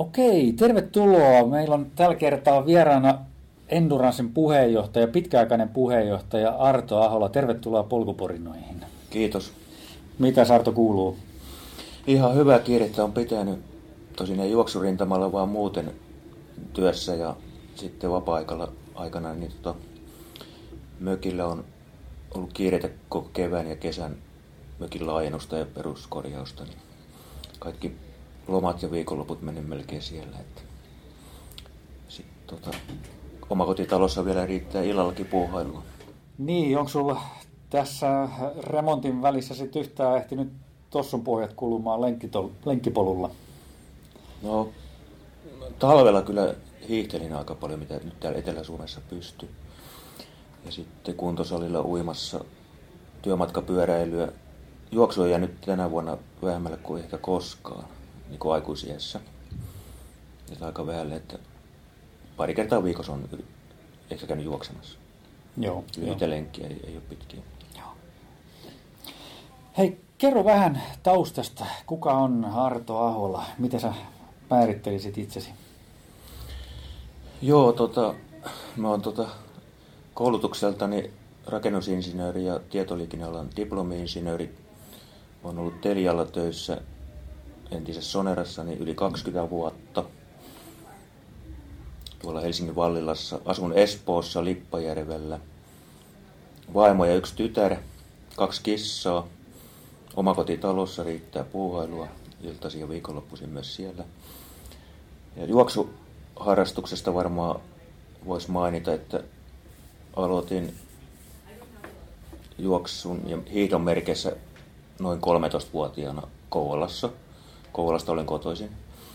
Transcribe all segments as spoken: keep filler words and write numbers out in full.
Okei, tervetuloa. Meillä on tällä kertaa vieraana Endurancein puheenjohtaja, pitkäaikainen puheenjohtaja Arto Ahola. Tervetuloa Polkuporinoihin. Kiitos. Mitä Arto kuuluu? Ihan hyvää kiirettä on pitänyt. Tosin ei juoksurintamalla, vaan muuten työssä ja sitten vapaa-aikana aikana, niin tota, mökillä on ollut kiirettä koko kevään ja kesän mökin laajennusta ja peruskorjausta. Niin kaikki lomat ja viikonloput mennyt melkein siellä. Että sitten tota, omakotitalossa vielä riittää illallakin puuhailua. Niin, onko sulla tässä remontin välissä sit yhtään ehtinyt tossun pohjat kulumaan lenkkipolulla? No, talvella kyllä hiihtelin aika paljon, mitä nyt täällä Etelä-Suomessa pystyy. Ja sitten kuntosalilla uimassa, työmatkapyöräilyä. Juoksu on jäänyt tänä vuonna vähemmälle kuin ehkä koskaan, niin kuin aikuisiässä. Ja aika vähälle, että pari kertaa viikossa on ehkä käynyt juoksemassa. Joo. Lyhyitä lenkkiä ei, ei ole pitkiä. Joo. Hei, kerro vähän taustasta. Kuka on Arto Ahola? Miten sä määrittelisit itsesi? Joo, tota, mä oon tota, koulutukseltani rakennusinsinööri ja tietoliikennealan diplomi-insinööri. Olen ollut Telialla töissä entisessä Sonerassa niin yli kaksikymmentä vuotta. Tuolla Helsingin Vallilassa. Asun Espoossa Lippajärvellä. Vaimo ja yksi tytär, kaksi kissaa. Omakotitalossa riittää puuhailua. Iltaisin ja viikonloppuisin myös siellä. Ja juoksuharrastuksesta varmaan voisi mainita, että aloitin juoksun ja hiihdon merkeissä noin kolmetoistavuotiaana Kouvolassa. Kouvolasta olen kotoisin.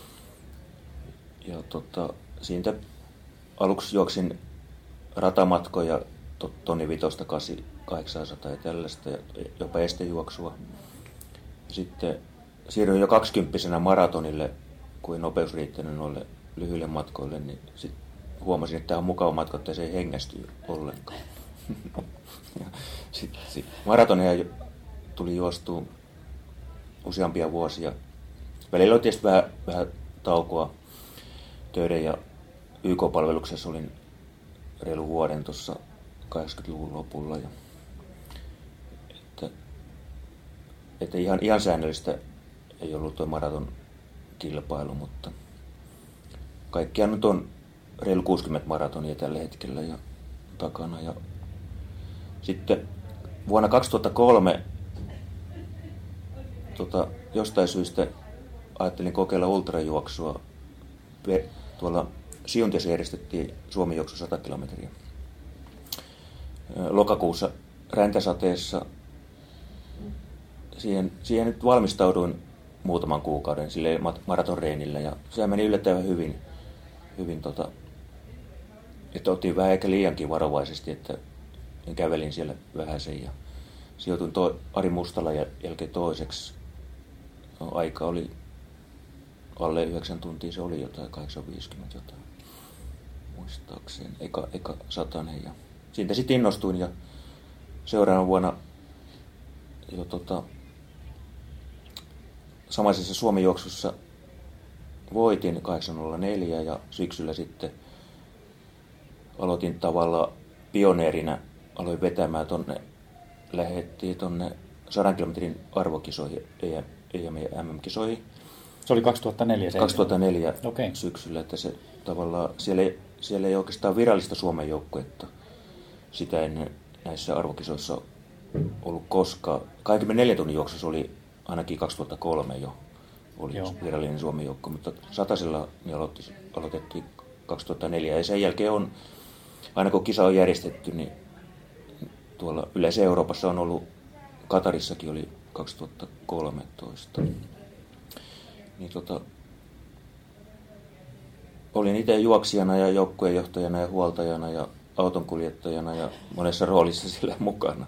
Ja tota, siitä aluksi juoksin ratamatkoja tonni vitosta, kasi, kahdeksansataa ja tällaista, ja jopa estejuoksua. Sitten siirryin jo kaksikymppisenä maratonille, kun ei nopeus riittänyt noille lyhyille matkoille, niin sit huomasin, että tämä on mukava matka, että se ei hengästy ollenkaan. Sitten sit maratonia tuli juostua useampia vuosia. Välillä oli tietysti vähän, vähän taukoa töiden ja Y K-palveluksessa olin reilu vuoden tuossa kahdeksankymmentäluvun lopulla. Ja, että, että ihan, ihan säännöllistä ei ollut tuo maraton kilpailu, mutta kaikkiaan nyt on reilu kuusikymmentä maratonia tällä hetkellä ja takana. Ja sitten vuonna kaksituhattakolme tota, jostain syystä ajattelin kokeilla ultrajuoksua. Tuolla Siuntiassa järjestettiin Suomen juoksu sata kilometriä. Lokakuussa räntäsateessa. Siihen, siihen nyt valmistauduin muutaman kuukauden sille maratonreenillä ja sehän meni yllättävän hyvin. hyvin tota, että otin vähän eikä liiankin varovaisesti, että kävelin siellä vähäsen ja sijoituin to, Ari Mustalan jälkeen toiseksi. No, aika oli alle yhdeksän tuntia, se oli jotain, kahdeksan viisikymmentä jotain, muistaakseni, eka, eka satanen. Ja siitä sitten innostuin ja seuraavana vuonna jo tota, samaisessa Suomen juoksussa voitin kahdeksan nolla neljä ja syksyllä sitten aloitin tavallaan pioneerina, aloin vetämään tonne, lähettiin tonne sadan kilometrin arvokisoihin, E M ja M M-kisoihin. Se oli kaksituhattaneljä? Se kaksituhattaneljä okay. Syksyllä, että se tavallaan, siellä ei, siellä ei oikeastaan virallista Suomen joukkuetta sitä ennen näissä arvokisoissa ollut koskaan. kaksikymmentäneljän tunnin juoksussa oli ainakin kaksituhattakolme jo oli Joo. virallinen Suomen joukko, mutta satasella niin aloitti, aloitettiin kaksituhattaneljä ja sen jälkeen on, aina kun kisa on järjestetty, niin tuolla yleensä Euroopassa on ollut, Katarissakin oli kaksituhattakolmetoista. Mm. Niin tota, olin itse juoksijana ja joukkueenjohtajana ja huoltajana ja autonkuljettajana ja monessa roolissa sillä mukana.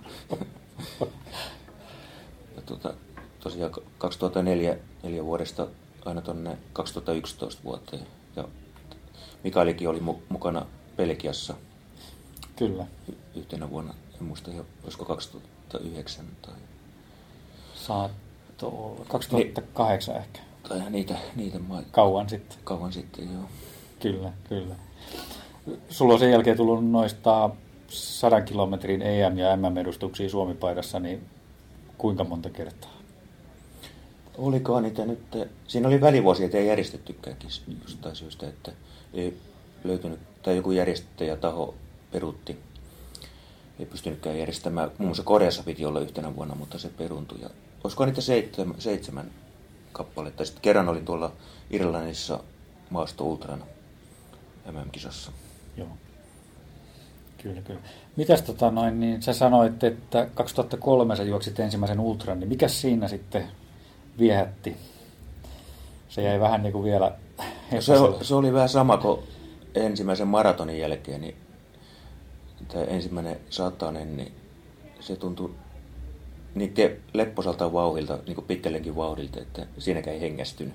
Ja tota, tosiaan kaksituhattaneljä neljä vuodesta aina tuonne kaksituhattayksitoista vuoteen. Ja Mikaelikin oli mu- mukana Belgiassa. Kyllä. Y- yhtenä vuonna, en muista, olisiko kaksituhattayhdeksän tai... Saatto olla. kaksituhattakahdeksan niin, ehkä. vuotta ja niitä, niitä mä... Kauan sitten. Kauan sitten, joo. Kyllä, kyllä. Sulla on sen jälkeen tullut noista sadan kilometrin E M- ja M M-edustuksia Suomi-paidassa, niin kuinka monta kertaa? Olikohan niitä nyt... Siinä oli välivuosia, että ei järjestettykäänkin jostain syystä, että ei löytynyt, tai joku järjestäjätaho peruutti. Ei pystynytkään järjestämään. Muun muassa Koreassa piti olla yhtenä vuonna, mutta se peruuntui. Ja olisiko niitä seitsemän, seitsemän kappaletta. Sitten kerran olin tuolla Irlannissa Maasto Ultrana M M-kisassa. Joo. Kyllä, kyllä. Mitäs tota noin, niin sä sanoit, että kaksituhattakolme sä juoksit ensimmäisen ultran, niin mikäs siinä sitten viehätti? Se jäi vähän niin kuin vielä... Se, se oli vähän sama kuin ensimmäisen maratonin jälkeen, niin tämä ensimmäinen satanen, niin se tuntui niin lepposalta vauhdilta, niin kuin pitkällekin vauhdilta, että siinäkään ei hengästynyt.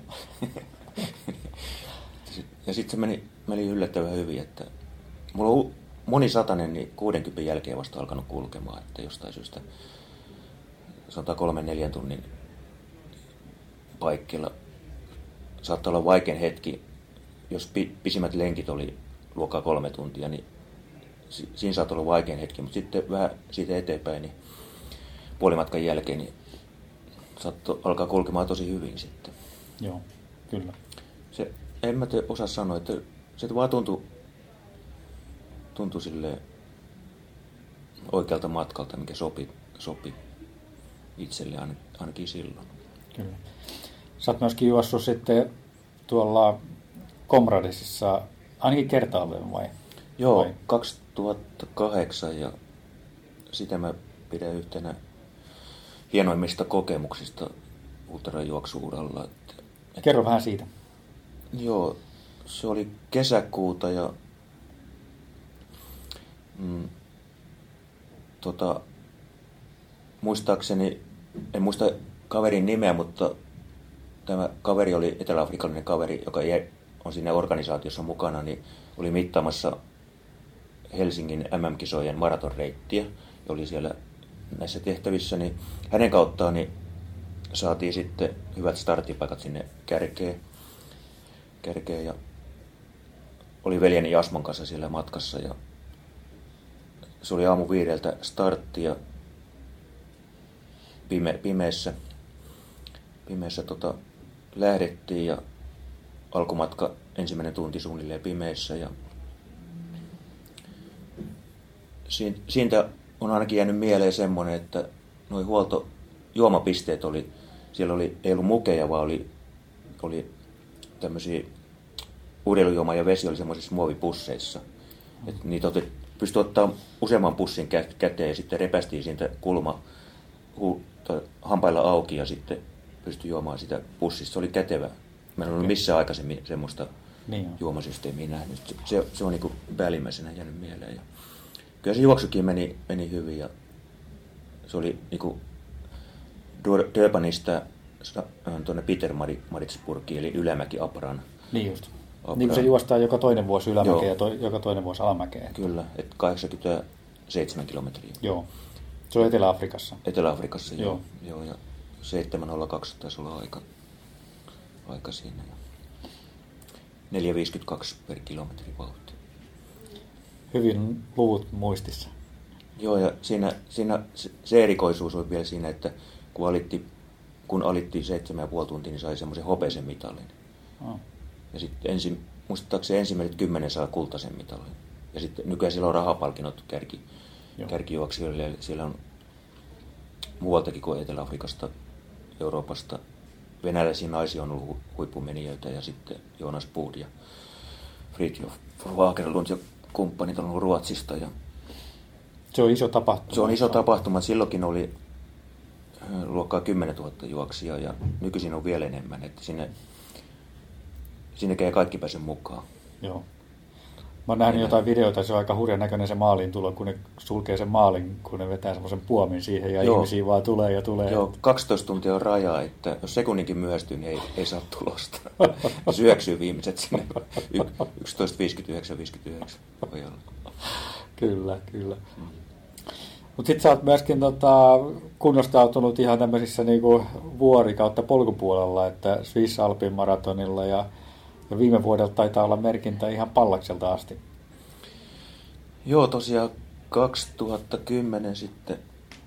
Ja sitten se meni, meni yllättävän hyvin, että mulla on moni satanen niin kuudenkymmenen jälkeen vasta alkanut kulkemaan, että jostain syystä sanotaan kolmen neljän tunnin paikkeilla saattaa olla vaikein hetki, jos pisimmät lenkit oli luokkaa kolme tuntia, niin siinä saattaa olla vaikein hetki, mutta sitten vähän siitä eteenpäin, niin puolimatkan jälkeen, niin saattoi alkaa kulkemaan tosi hyvin sitten. Joo, kyllä. Se, en mä te osaa sanoa, että se vaan tuntui, tuntui silleen oikealta matkalta, mikä sopi, sopi itselle ainakin silloin. Kyllä. Sä oot myöskin juossut sitten tuolla Comradesissa ainakin kertaalleen vai? Joo, vai? kaksituhattakahdeksan ja sitä mä pidän yhtenä hienoimmista kokemuksista ultrajuoksu-uralla. Että, Kerro vähän siitä. Joo, se oli kesäkuuta ja mm, tota, muistaakseni, en muista kaverin nimeä, mutta tämä kaveri oli eteläafrikkalainen kaveri, joka on siinä organisaatiossa mukana, niin oli mittaamassa Helsingin M M-kisojen maratonreittiä ja oli siellä näissä tehtävissä, niin hänen kauttaan niin saatiin sitten hyvät starttipaikat sinne kärkeen, kärkeen ja oli veljeni Jasmon kanssa siellä matkassa ja se oli aamu viideltä starttia pime, pimeässä, pimeässä tota, lähdettiin ja alkumatka ensimmäinen tunti suunnilleen pimeässä ja siitä on ainakin jäänyt mieleen semmoinen, että nuo huoltojuomapisteet oli, siellä oli, ei ollut mukeja, vaan oli, oli tämmöisiä urheilujuoma ja vesi oli semmoisissa muovipusseissa. Et niitä otet, pystyi ottaa useamman pussin käteen ja sitten repästiin siitä kulma hu, hampailla auki ja sitten pystyi juomaan sitä pussista. Se oli kätevä. Mä en ollut missään aikaisemmin semmoista niin juomasysteemiä nähnyt. Se, se on niin kuin päällimmäisenä jäänyt mieleen. Ja kyllä se juoksukin meni, meni hyvin ja se oli niin kuin Durbanista tuonne Pietermaritzburgiin eli Ylämäki-Apran. Niin just. Apran. Niin kuin se juostaa joka toinen vuosi ylämäkeä ja to, joka toinen vuosi alamäkeä. Kyllä, että kahdeksankymmentäseitsemän kilometriä. Joo. Se on Etelä-Afrikassa. Etelä-Afrikassa, joo. joo. joo ja seitsemän nolla kaksi taisi olla aika, aika siinä. neljä viisikymmentäkaksi per kilometri vauhti. Hyvin luvut muistissa. Joo, ja siinä, siinä se erikoisuus oli vielä siinä, että kun alitti, kun alitti seitsemän ja puoli tuntia, niin sai semmoisen hopeisen mitalin. Oh. Ja sitten ensin, muistaakseni ensimmäiset kymmenen saa kultaisen mitalin. Ja sitten nykyään siellä on rahapalkinnot kärki, kärkijuoksijoille. Siellä on muualtakin kuin Etelä-Afrikasta, Euroopasta. Venäläisiä naisia on ollut huippumenijöitä ja sitten Jonas Buud ja Fridtjof Fagerlund ja kumppanit on ollut Ruotsista. Ja se on iso tapahtuma. Se on iso tapahtuma. Silloinkin oli luokkaa kymmenentuhatta juoksijaa ja nykyisin on vielä enemmän. Että sinne, sinnekään ei kaikki pääse mukaan. Joo. Mä oon nähnyt jotain videoita, se on aika hurjan näköinen se maaliin tulo, kun ne sulkee sen maalin, kun ne vetää semmoisen puomin siihen ja Joo. ihmisiä vaan tulee ja tulee. Joo, kaksitoista tuntia on raja, että jos sekunninkin myöhästyy, niin ei, ei saa tulosta. Syöksyy viimeiset sinne yksitoista viisikymmentäyhdeksän viisikymmentäyhdeksän. Kyllä, kyllä. Mutta sitten sä oot myöskin tota, kunnostautunut ihan tämmöisissä niinku vuori- kautta polkupuolella, että Swiss Alpin maratonilla ja, ja viime vuodelta taitaa olla merkintä ihan Pallakselta asti. Joo, tosiaan kaksituhattakymmenen sitten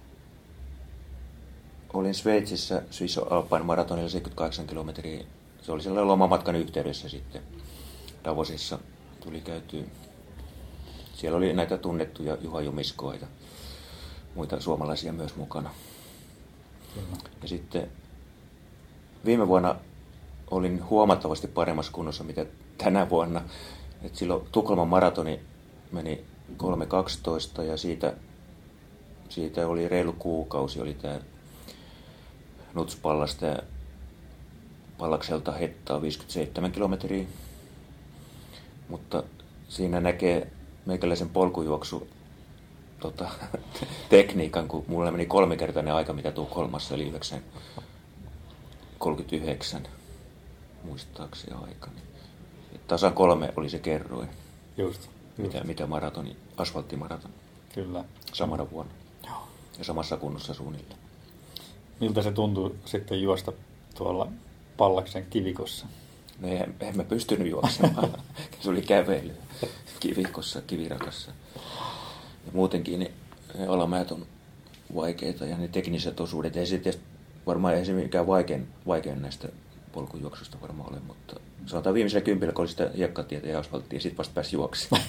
olin Sveitsissä Swiss Alpine maratonilla seitsemänkymmentäkahdeksan kilometriä. Se oli sellainen lomamatkan yhteydessä sitten Davosissa tuli käytyä. Siellä oli näitä tunnettuja Juha Jumiskoa ja muita suomalaisia myös mukana. Kyllä. Ja sitten viime vuonna olin huomattavasti paremmassa kunnossa mitä tänä vuonna. Et silloin Tukholman maratoni meni kolme kaksitoista ja siitä, siitä oli reilu kuukausi. Oli tämä Nutspallasta ja Pallakselta Hettaa viisikymmentäseitsemän kilometriä. Mutta siinä näkee meikäläisen polkujuoksu tota, tekniikan, kun mulla meni kolmikertainen aika, mitä Tukholmassa, eli yhdeksän kolmekymmentäyhdeksän muistaakseni aika. Niin tasan kolme oli se kerroin, Just, just. Mitä, mitä maratoni, asfalttimaraton. Kyllä. Samana vuonna. Joo. Ja samassa kunnossa suunnilleen. Miltä se tuntui sitten juosta tuolla Pallaksen kivikossa? No en, en mä pystynyt juoksemaan. Se oli kävely kivikossa, kivirakassa. Ja muutenkin ne, ne alamäät on vaikeita ja ne tekniset osuudet. Ei se varmaan ei se mikään vaikein, vaikein näistä polkujuoksusta varmaan ole, mutta sanotaan viimeisellä kympillä, kun oli sitä hiekkatietä ja asfalttia, ja sitten vasta pääsi juoksimaan.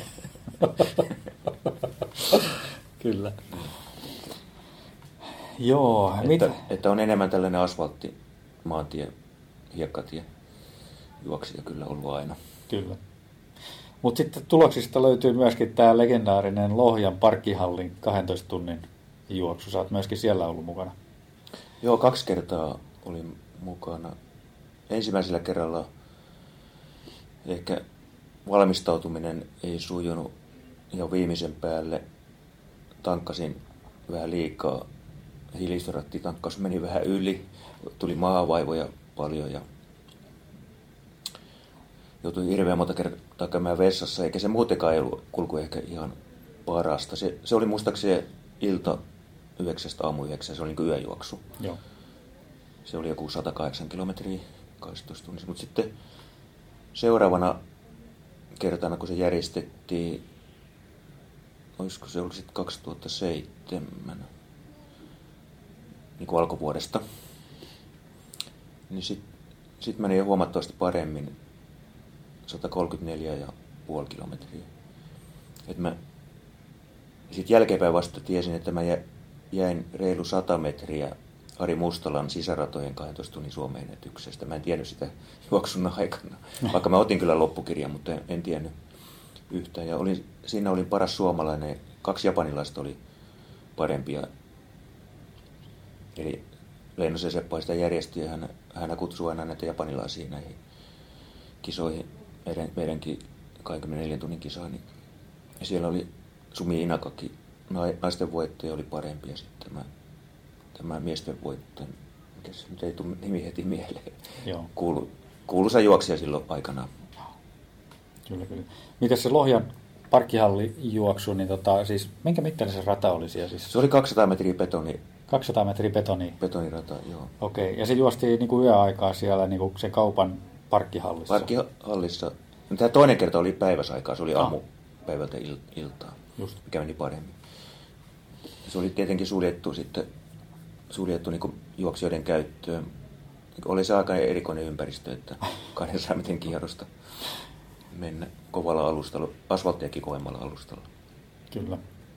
Kyllä. Joo. Että, Mit... että on enemmän tällainen asfaltti, maantie, hiekkatie juoksija kyllä ollut aina. Kyllä. Mutta sitten tuloksista löytyy myöskin tämä legendaarinen Lohjan parkkihallin kahdentoista tunnin juoksu. Sä oot myöskin siellä ollut mukana. Joo, kaksi kertaa olin mukana. Ensimmäisellä kerralla ehkä valmistautuminen ei sujunut ja viimeisen päälle tankkasin vähän liikaa. Hiilihydraattitankkaus meni vähän yli, tuli maavaivoja paljon ja joutui hirveän monta kertaa käymään vessassa, eikä se muutenkaan ei ollut kulku ehkä ihan parasta. Se, se oli muistaakseni ilta yhdeksästä aamu yhdeksän, se oli niin kuin yöjuoksu. Joo. Se oli joku sata kahdeksan kilometriä kaksitoista tunnissa, mutta sitten seuraavana kertana, kun se järjestettiin, olisiko se ollut sitten kaksituhattaseitsemän, niin kuin alkuvuodesta, niin sitten sit meni jo huomattavasti paremmin, sata kolmekymmentäneljä pilkku viisi kilometriä. Sitten jälkeenpäin vasta tiesin, että mä jäin reilu sata metriä Ari Mustalan sisäratojen kahdentoista tunnin Suomen ennätyksestä. Mä en tiennyt sitä juoksun aikana, vaikka mä otin kyllä loppukirjan, mutta en, en tiennyt yhtään. Ja olin, siinä olin paras suomalainen, kaksi japanilaista oli parempia. Eli Leinosen Seppa sitä järjesti ja hän, hän kutsui aina näitä japanilaisia näihin kisoihin, meidän, meidänkin kaksikymmentäneljän tunnin kisaan. Niin. Ja siellä oli Sumi Inakaki, naisten voittaja oli parempi ja sitten tämä, tämä miesten voittaja, mikä se nyt ei tule nimi heti mieleen, Kuulu, kuuluisa juoksija silloin aikanaan. Kyllä, kyllä. Mitäs se Lohjan parkkihallijuoksu, niin tota, siis minkä mittainen se rata oli siellä? Siis? Se oli kaksisataa metriä betoni. kaksisataa metriä betonia? Betonirata, joo. Okei, ja se juostiin niin kuin yöaikaa siellä niin kuin sen kaupan parkkihallissa? Parkkihallissa. Tämä toinen kerta oli päiväsaikaa, se oli ah. aamupäivältä il, iltaa, Just. Mikä meni paremmin. Se oli tietenkin suljettu sitten, suljettu niin kuin juoksijoiden käyttöön. Oli se aika erikoinen ympäristö, että kahdensadan metrin kierrosta mennä kovalla alustalla, asfalttiakin kovemmalla alustalla. Kyllä.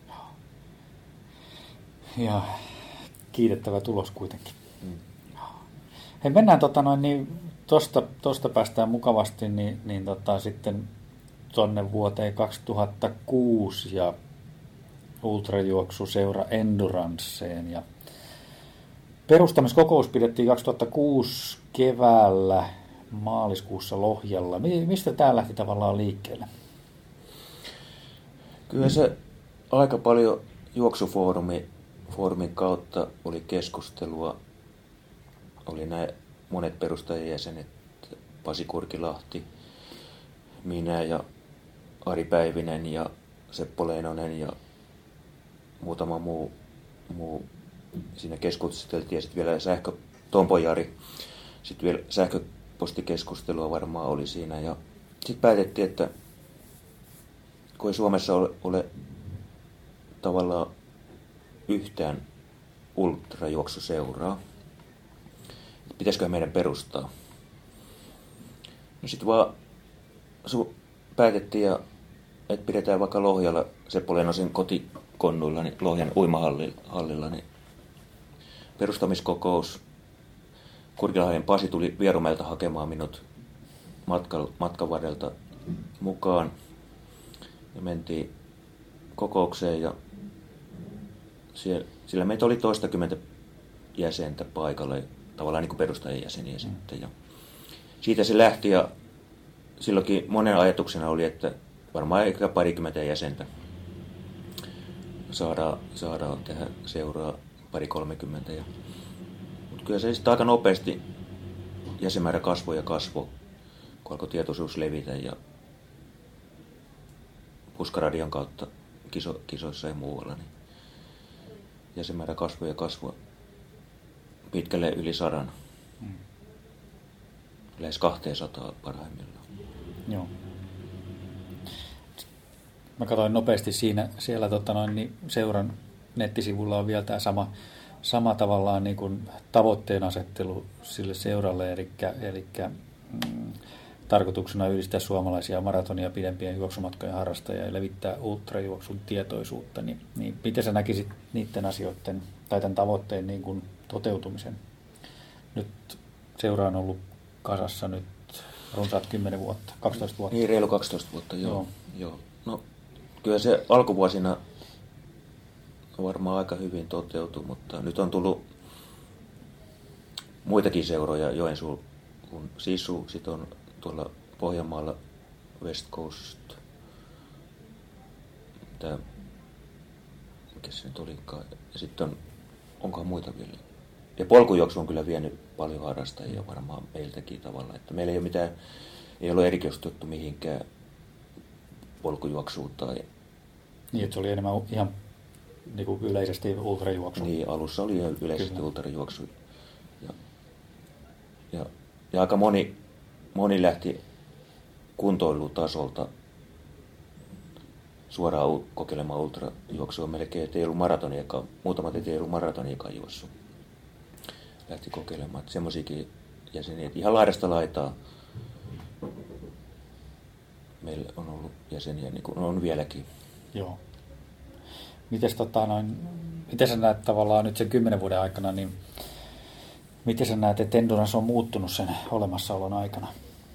Ja kiitettävä tulos kuitenkin. Hmm. Hei, mennään tota noin, niin tosta, tosta päästään mukavasti niin, niin tota, sitten tuonne vuoteen kaksituhattakuusi ja ultrajuoksuseura Enduranceen. Ja perustamiskokous pidettiin kaksituhattakuusi keväällä maaliskuussa Lohjalla. Mistä tämä lähti tavallaan liikkeelle? Kyllä se aika paljon juoksufoorumi foorumin kautta oli keskustelua. Oli nämä monet perustajajäsenet, Pasi Kurkilahti, minä ja Ari Päivinen ja Seppo Leinonen ja muutama muu muu. Siinä keskusteltiin ja sitten vielä sähkö, Tompo Jari, sitten vielä sähköpostikeskustelua varmaan oli siinä. Ja sitten päätettiin, että kun ei Suomessa ole, ole tavallaan yhtään ultrajuoksuseuraa, että pitäisikö meidän perustaa. No sitten vaan su- päätettiin, ja, että pidetään vaikka Lohjalla, Seppo Leinosen kotikonnuilla, niin Lohjan uimahallilla, niin perustamiskokous. Kurkilahden Pasi tuli Vierumäeltä hakemaan minut matkan, matkan varrelta mukaan. Ja mentiin kokoukseen ja siellä, sillä meitä oli toistakymmentä jäsentä paikalle, tavallaan niin kuin perustajien jäseniä sitten. Ja siitä se lähti ja silloinkin monen ajatuksena oli, että varmaan ehkä parikymmentä jäsentä saadaan, saadaan tehdä seuraa pari kolmekymmentä. Ja, mutta kyllä se sitten aika nopeasti jäsenmäärä kasvoi ja kasvoi, kun alkoi tietoisuus levitä ja Puskaradion kautta kiso, kisoissa ja muualla. Niin jäsenmäärä kasvoi ja kasvoi pitkälle yli sadan. Mm. Lähes kaksisataa parhaimmillaan. Joo. Mä katsoin nopeasti siinä, siellä tota noin, niin seuran nettisivulla on vielä tämä sama, sama tavallaan niin kuin tavoitteen asettelu sille seuralle, eli, eli mm, tarkoituksena yhdistää suomalaisia maratonia pidempien juoksumatkojen harrastajia ja levittää ultrajuoksun tietoisuutta. Niin, niin miten sä näkisit niiden asioiden tai tämän tavoitteen niin kuin toteutumisen? Nyt seura on ollut kasassa nyt runsaat kymmenen vuotta, kaksitoista vuotta. Niin, reilu kaksitoista vuotta, joo. joo. joo. No, kyllä se alkuvuosina varmaan aika hyvin toteutui, mutta nyt on tullut muitakin seuroja, Joensuun kun Sisu, sitten on tuolla Pohjanmaalla West Coast, tämä, mikä se nyt olikaan, ja sitten on, onkohan muita vielä. Ja polkujuoksu on kyllä vienyt paljon harrastajia varmaan meiltäkin tavalla, että meillä ei ole mitään, ei ole erikoistuttu mihinkään polkujuoksuun tai... Niin, että se oli enemmän ihan niin kuin yleisesti ultrajuoksu. Niin, alussa oli yleisesti kyllä. ultrajuoksu. Ja, ja, ja aika moni, moni lähti kuntoilutasolta suoraan kokeilemaan ultrajuoksua melkein, että ei ollut maratoniakaan, muutamat ei ollut maratoniakaan juossut. Lähti kokeilemaan, semmoisiakin jäseniä, että ihan laidasta laitaa meillä on ollut jäseniä, niin kuin on vieläkin. Joo. Mites, tota, noin, miten sä näet tavallaan nyt sen kymmenen vuoden aikana, niin miten sä näet, että Endurance on muuttunut sen olemassaolon aikana?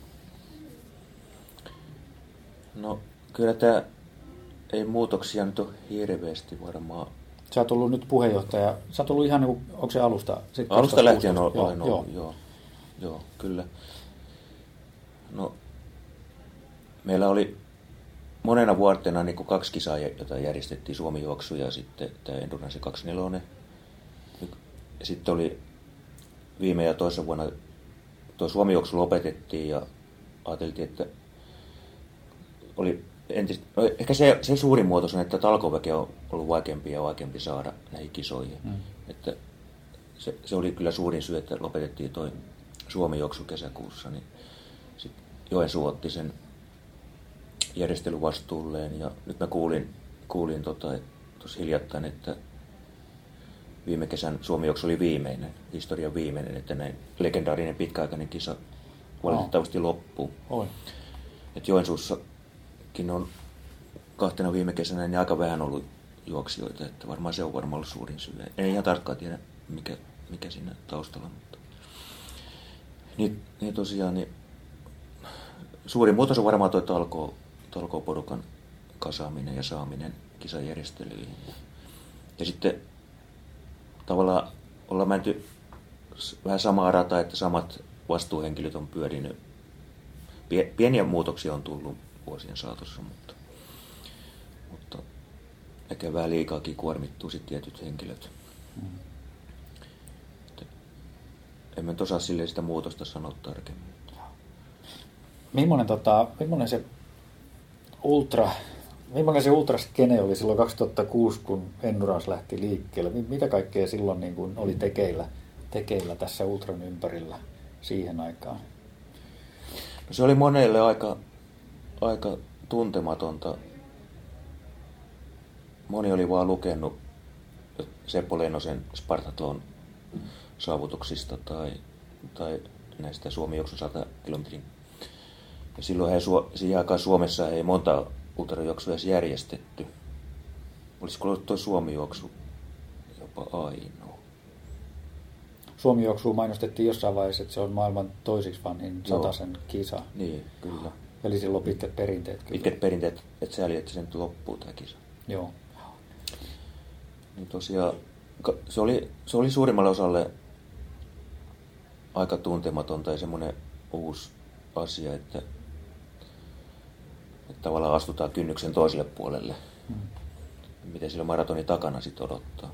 No kyllä tämä ei muutoksia nyt ole hirveästi varmaan. Sä oot ollut nyt puheenjohtaja, sä oot ollut ihan niin kuin, onko se alusta? Alusta lähtien olen ollut, joo, joo, joo, kyllä. No, meillä oli monena vuotena niin kuin kaksi kisaa, jota järjestettiin, Suomi-juoksu ja sitten tämä Endurance kaksikymmentäneljä. Ja sitten oli viime ja toisessa vuonna tuo Suomi-juoksu lopetettiin ja ajateltiin, että oli entistä, no ehkä se, se suurin muutos on, että talkooväkeä on ollut vaikeampi ja vaikeampi saada näihin kisoihin. Mm. Että se, se oli kyllä suurin syy, että lopetettiin tuo Suomi-juoksu kesäkuussa. Niin sitten Joensuu otti sen järjestelyvastuulleen ja nyt mä kuulin, kuulin tuossa tota, hiljattain, että viime kesän Suomi-juoksu oli viimeinen, historian viimeinen, että näin legendaarinen pitkäaikainen kisa valitettavasti loppuu. Oi. Että Joensuussakin on kahtena viime kesänä niin aika vähän ollut juoksijoita, että varmaan se on varmaan ollut suurin syy. En ihan tarkkaan tiedä, mikä, mikä siinä taustalla, mutta niin, niin tosiaan niin suurin muutos on varmaan tuo talkoo, talkooporukan kasaaminen ja saaminen kisajärjestelyihin. Ja sitten tavallaan ollaan menty vähän samaa rataa, että samat vastuuhenkilöt on pyörinyt. Pieniä muutoksia on tullut vuosien saatossa, mutta, mutta ehkä vähän liikaakin kuormittuu sitten tietyt henkilöt. Mm. En mä osaa silleen sitä muutosta sanoa tarkemmin. Millainen, tota, millainen se ultra millainen se ultraskene oli silloin kaksituhattakuusi, kun Endurance lähti liikkeelle? Mitä kaikkea silloin niin kuin oli tekeillä, tekeillä tässä ultran ympärillä siihen aikaan? No se oli monelle aika, aika tuntematonta. Moni oli vaan lukenut Seppo Leinosen Spartathlon saavutuksista tai, tai näistä Suomi-juoksun sata kilometrin. Ja silloin he, siihen aikaan Suomessa ei monta ultrajuoksua edes järjestetty. Olisiko ollut tuo Suomi-juoksu jopa ainoa? Suomi-juoksua mainostettiin jossain vaiheessa, että se on maailman toisiksi vanhin satasen kisa. Niin, kyllä. Eli sillä on pitkät perinteet. Kyllä. Pitkät perinteet, että sääli, että se nyt loppuu tämä kisa. Joo. Niin tosiaan, se oli, se oli suurimmalle osalle aika tuntematonta ja semmoinen uusi asia, että, että tavallaan astutaan kynnyksen toiselle puolelle. Hmm. Miten sillä maratonin takana sitten odottaa.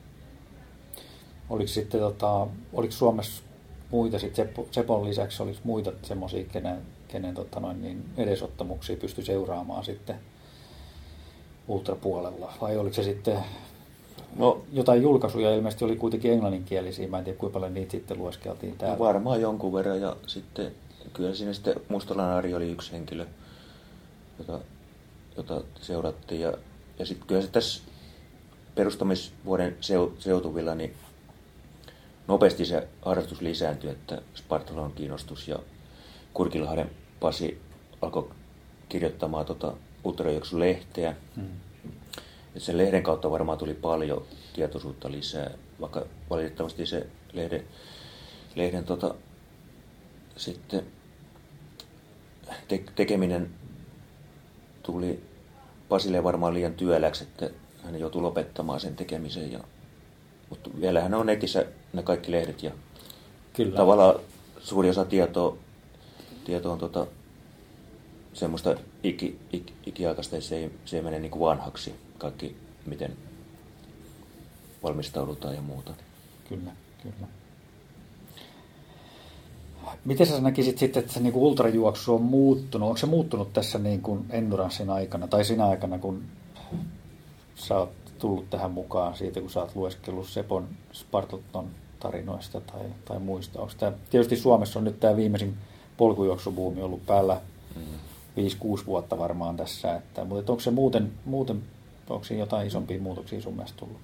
Oliko sitten, tota, oliko Suomessa muita, sitten Sepon lisäksi oliko muita semmoisia, kenen, kenen tota noin, niin edesottamuksia pystyi seuraamaan sitten ultrapuolella? Vai oliko se sitten no, jotain julkaisuja, ilmeisesti oli kuitenkin englanninkielisiä, mä en tiedä kuinka paljon niitä sitten lueskeltiin täällä. No varmaan jonkun verran ja sitten kyllä siinä sitten Mustolan Ari oli yksi henkilö, jota, jota seurattiin ja, ja sitten kyllä se tässä perustamisvuoden seutuvilla niin nopeasti se harrastus lisääntyi, että Spartathlon kiinnostus ja Kurkilahden Pasi alkoi kirjoittamaan tota ultrajuoksun lehteä. Hmm. Ja sen lehden kautta varmaan tuli paljon tietoisuutta lisää, vaikka valitettavasti se lehden, lehden tota, sitten te, tekeminen tuli Pasille varmaan liian työläksi, että hän joutui lopettamaan sen tekemisen. Ja, mutta vielähän on netissä ne kaikki lehdet ja kyllä. Tavallaan suuri osa tietoa, tietoa on tota, semmoista iki, iki, ikiaikaista, että se ei, se ei mene niin kuin vanhaksi. Kaikki, miten valmistaudutaan ja muuta. Kyllä, kyllä. Miten sä näkisit sitten, että se niin kuin ultrajuoksu on muuttunut? Onko se muuttunut tässä niin kuin Endurancein aikana tai siinä aikana, kun sä oot tullut tähän mukaan siitä, kun sä oot lueskellut Sepon Spartathlon tarinoista tai, tai muista? Onko tämä, tietysti Suomessa on nyt tämä viimeisin polkujuoksubuumi ollut päällä mm. viisi kuusi vuotta varmaan tässä, että, mutta onko se muuten, muuten onko siinä jotain isompia muutoksia sun mielestä tullut?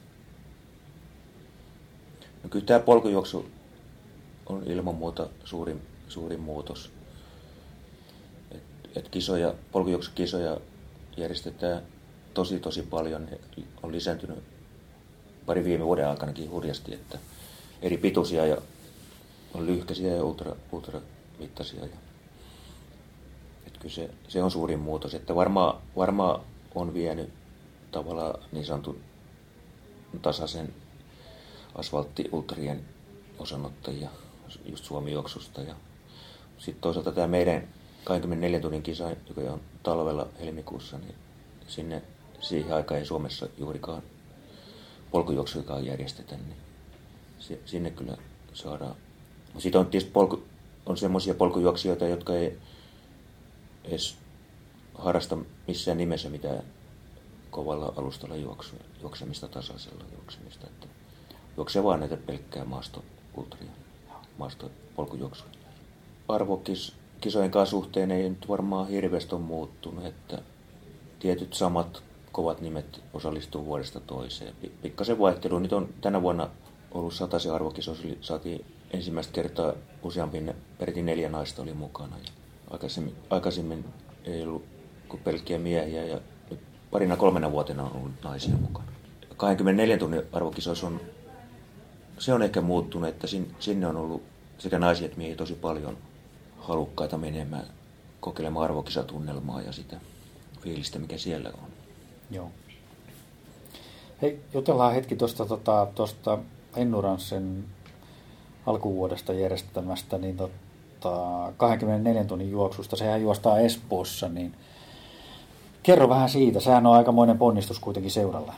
No kyllä tämä polkujuoksu on ilman muuta suurin, suurin muutos. Et, et kisoja, polkujuoksukisoja järjestetään tosi tosi paljon. On lisääntynyt pari viime vuoden aikanakin hurjasti, että eri pituisia ja on lyhkäisiä ja ultra, ultramittaisia. Ja, et kyllä se, se on suurin muutos, että varmaan varmaa on vienyt tavallaan niin sanotun tasaisen asfalttiultrien osanottajia just Suomi-juoksusta. Ja sitten toisaalta tämä meidän kaksikymmentäneljän tunnin kisa, joka on talvella helmikuussa, niin sinne siihen aikaan ei Suomessa juurikaan polkujuoksuikaan järjestetä, niin sinne kyllä saadaan. Sitten on tietysti polku, on semmoisia polkujuoksijoita, jotka ei edes harrasta missään nimessä mitään kovalla alustalla juoksua, juoksemista, tasaisella juoksemista. Että juoksee vaan näitä pelkkää maastoultria, maastopolkujuoksua. Arvokisojen kanssa suhteen ei nyt varmaan hirveästi ole muuttunut, että tietyt samat kovat nimet osallistuu vuodesta toiseen. Pikkasen vaihtelu. Nyt on tänä vuonna ollut sataisen arvokisoissa, saatiin ensimmäistä kertaa useampi, peräti neljä naista oli mukana. Aikaisemmin, aikaisemmin ei ollut kuin pelkkiä miehiä ja nyt parina kolmena vuotena on ollut naisia mukana. kaksikymmentäneljän tunnin arvokisoissa on, se on ehkä muuttunut, että sinne on ollut sekä naisia että miehiä tosi paljon halukkaita menemään kokeilemaan arvokisatunnelmaa ja sitä fiilistä, mikä siellä on. Joo. Hei, jutellaan hetki tuosta tota, Endurancen alkuvuodesta järjestämästä niin tota, kaksikymmentäneljän tunnin juoksusta. Sehän juostaa Espoossa, niin kerro vähän siitä. Sehän on aikamoinen ponnistus kuitenkin seuralla.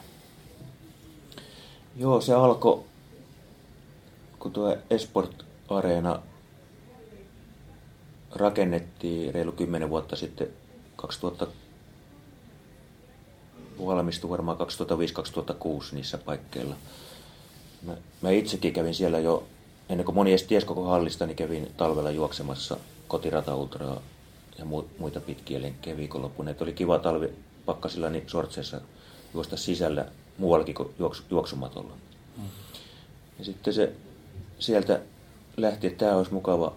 Joo, se alkoi, kun tuo Esport-areena rakennettiin reilu kymmenen vuotta sitten, kaksituhattakolme valmistui varmaan kaksituhattaviisi kaksituhattakuusi niissä paikkeilla. Mä, mä itsekin kävin siellä jo, ennen kuin moni edes ties koko hallista, niin kävin talvella juoksemassa kotirataultraa ja muita pitkiä lenkkejä viikonloppuun. Että oli kiva talvi pakkasilla niin sortseissa juosta sisällä muuallakin kuin juoksu, juoksumatolla. Mm. Ja sitten se sieltä lähti, että tämä olisi mukava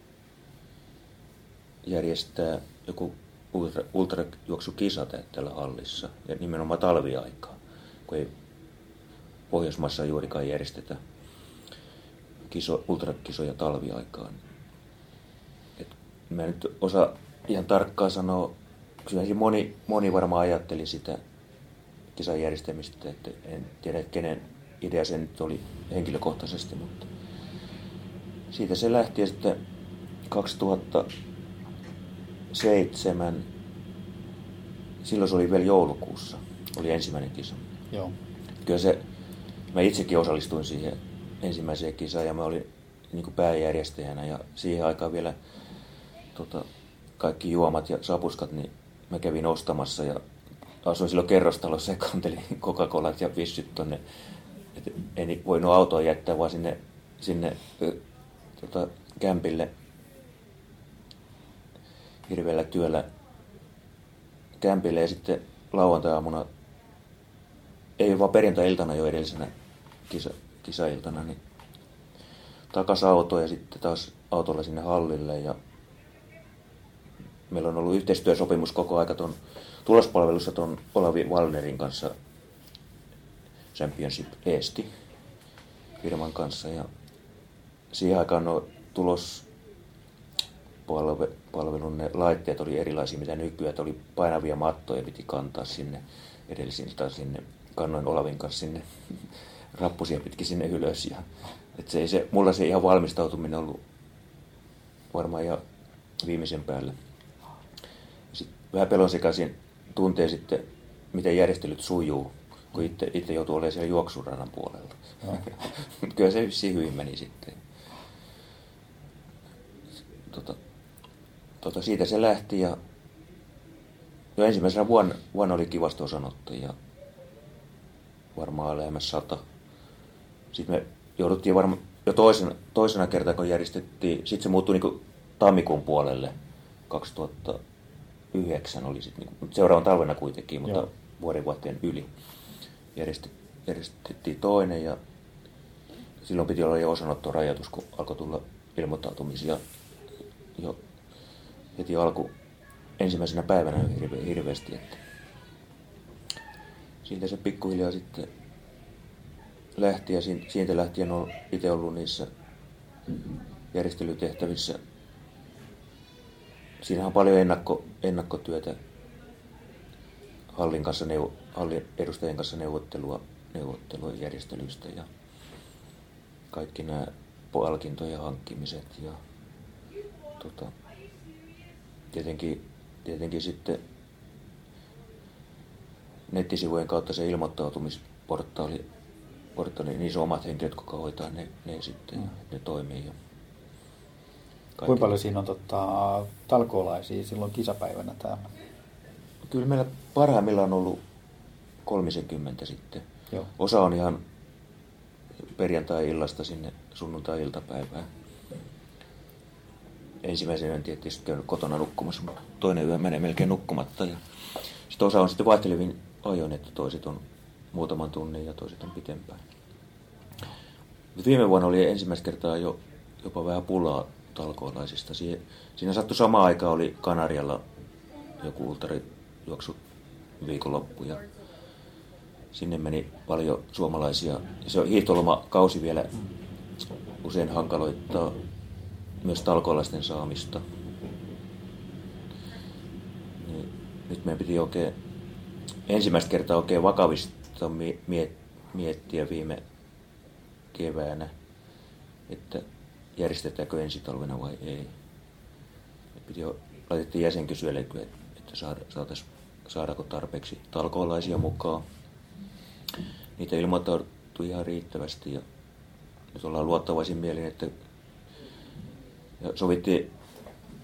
järjestää joku ultra, ultrajuoksukisa täällä hallissa ja nimenomaan talviaikaa, kun ei Pohjoismaissa juurikaan järjestetä kiso, ultrakisoja talviaikaan. Et mä nyt osaa ihan tarkkaan sanoa, kyllä moni, moni varmaan ajatteli sitä kisan järjestämistä, että en tiedä kenen idea se nyt oli henkilökohtaisesti, mutta siitä se lähti ja sitten kaksituhattaseitsemän, silloin se oli vielä joulukuussa, oli ensimmäinen kisa. Joo. Kyllä se, mä itsekin osallistuin siihen ensimmäiseen kisaan ja mä olin niin kuin pääjärjestäjänä ja siihen aikaan vielä tota, kaikki juomat ja sapuskat, niin mä kävin ostamassa ja asuin silloin kerrostalossa ja kantelin Coca-Colat ja vissyt tonne. Et en voinut autoa jättää vaan sinne, sinne tota, kämpille hirveällä työllä kämpille ja sitten lauantai-aamuna, ei vaan perjantai-iltana jo edellisenä kisa, kisailtana, niin takas auto ja sitten taas autolla sinne hallille ja meillä on ollut yhteistyösopimus koko aika tuon tulospalvelussa tuon Olavi Wallnerin kanssa, Championship Eesti firman kanssa ja siihen aikaan nuo tulospalvelun ne laitteet oli erilaisia mitä nykyään, että oli painavia mattoja piti kantaa sinne edellisiltä sinne, kannoin Olavin kanssa sinne rappusia pitkin sinne ylös ja että se ei se, mulla se ihan valmistautuminen ollut varmaan ihan viimeisen päälle. Sitten vähän pelon sekaisin tuntee sitten, miten järjestelyt sujuu, kun itse, itse joutuu olemaan siellä juoksuradan puolella. No. Kyllä se vissiin hyvin meni sitten. Tota, tota, siitä se lähti ja jo ensimmäisenä vuonna, vuonna oli kivasti osanottajia, varmaan lähemmäs sata. Sitten me jouduttiin varmaan jo toisena, toisena kertaa, kun järjestettiin, sitten se muuttui niin kuin tammikuun puolelle. kaksituhattayhdeksän oli sitten, niin kuin, seuraavan talvena kuitenkin, mutta Joo. vuodenvaihteen yli järjestettiin toinen ja silloin piti olla jo osanottorajoitus, kun alkoi tulla ilmoittautumisia jo heti alku ensimmäisenä päivänä hirve, hirveästi. Että siitä se pikkuhiljaa sitten lähti ja siitä lähtien olen itse ollut niissä järjestelytehtävissä. Siinähän on paljon ennakko, ennakkotyötä hallin, kanssa, hallin edustajien kanssa neuvottelua, neuvottelua järjestelyistä ja kaikki nämä palkintojen hankkimiset ja tota, tietenkin, tietenkin sitten nettisivujen kautta se ilmoittautumisportaali, portaali, niissä on omat henkilöt, jotka hoitaa ne, ne sitten mm. ne toimii. Ja kuinka paljon siinä on tota, talkoolaisia silloin kisapäivänä täällä? Kyllä meillä parhaimmillaan on ollut kolmisenkymmentä sitten. Joo. Osa on ihan perjantai-illasta sinne sunnuntai-iltapäivään. Ensimmäisenä en tietysti käynyt kotona nukkumassa, mutta toinen yö menee melkein nukkumatta. Ja sitten osa on sitten vaihtelevin ajoin, että toiset on muutaman tunnin ja toiset on pitempään. Mutta viime vuonna oli ensimmäistä kertaa jo jopa vähän pulaa talkoolaisista. Siinä sattui samaan aikaan oli Kanarialla joku ultrajuoksu viikonloppu ja sinne meni paljon suomalaisia. Ja se hiihtolomakausi vielä usein hankaloittaa myös talkoolaisten saamista. Niin nyt meidän piti oikein ensimmäistä kertaa oikein vakavista miettiä viime keväänä, että järjestetäänkö ensi talvena vai ei. Piti jo, laitettiin jäsenkyselyä, että saataisiin saadaanko tarpeeksi talkoolaisia mukaan. Niitä ilmoittautui ihan riittävästi ja nyt ollaan luottavaisin mielin, että ja sovittiin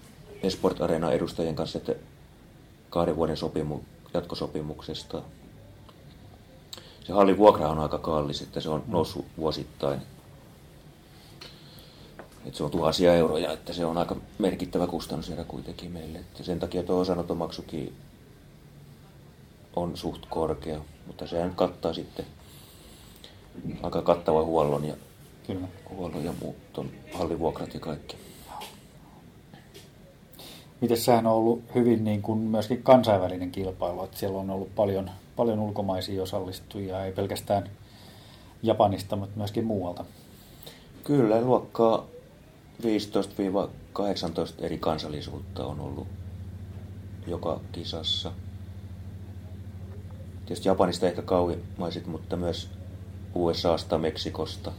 Esport Arena edustajien kanssa, että kahden vuoden sopimu, jatkosopimuksesta se hallin vuokra on aika kallis, että se on noussut vuosittain. Että se on tuhansia euroja, että se on aika merkittävä kustannuserä kuitenkin meille. Että sen takia tuo osanotomaksukin on suht korkea, mutta sehän kattaa sitten aika kattava huollon ja, Kyllä. huollon ja muut hallivuokrat ja kaikki. Miten sehän on ollut hyvin niin kuin myöskin kansainvälinen kilpailu, että siellä on ollut paljon, paljon ulkomaisia osallistujia, ei pelkästään Japanista, mutta myöskin muualta. Kyllä, luokkaa viisitoista kahdeksantoista eri kansallisuutta on ollut joka kisassa. Tietysti Japanista ehkä kauimaiset, mutta myös U S A:sta, Meksikosta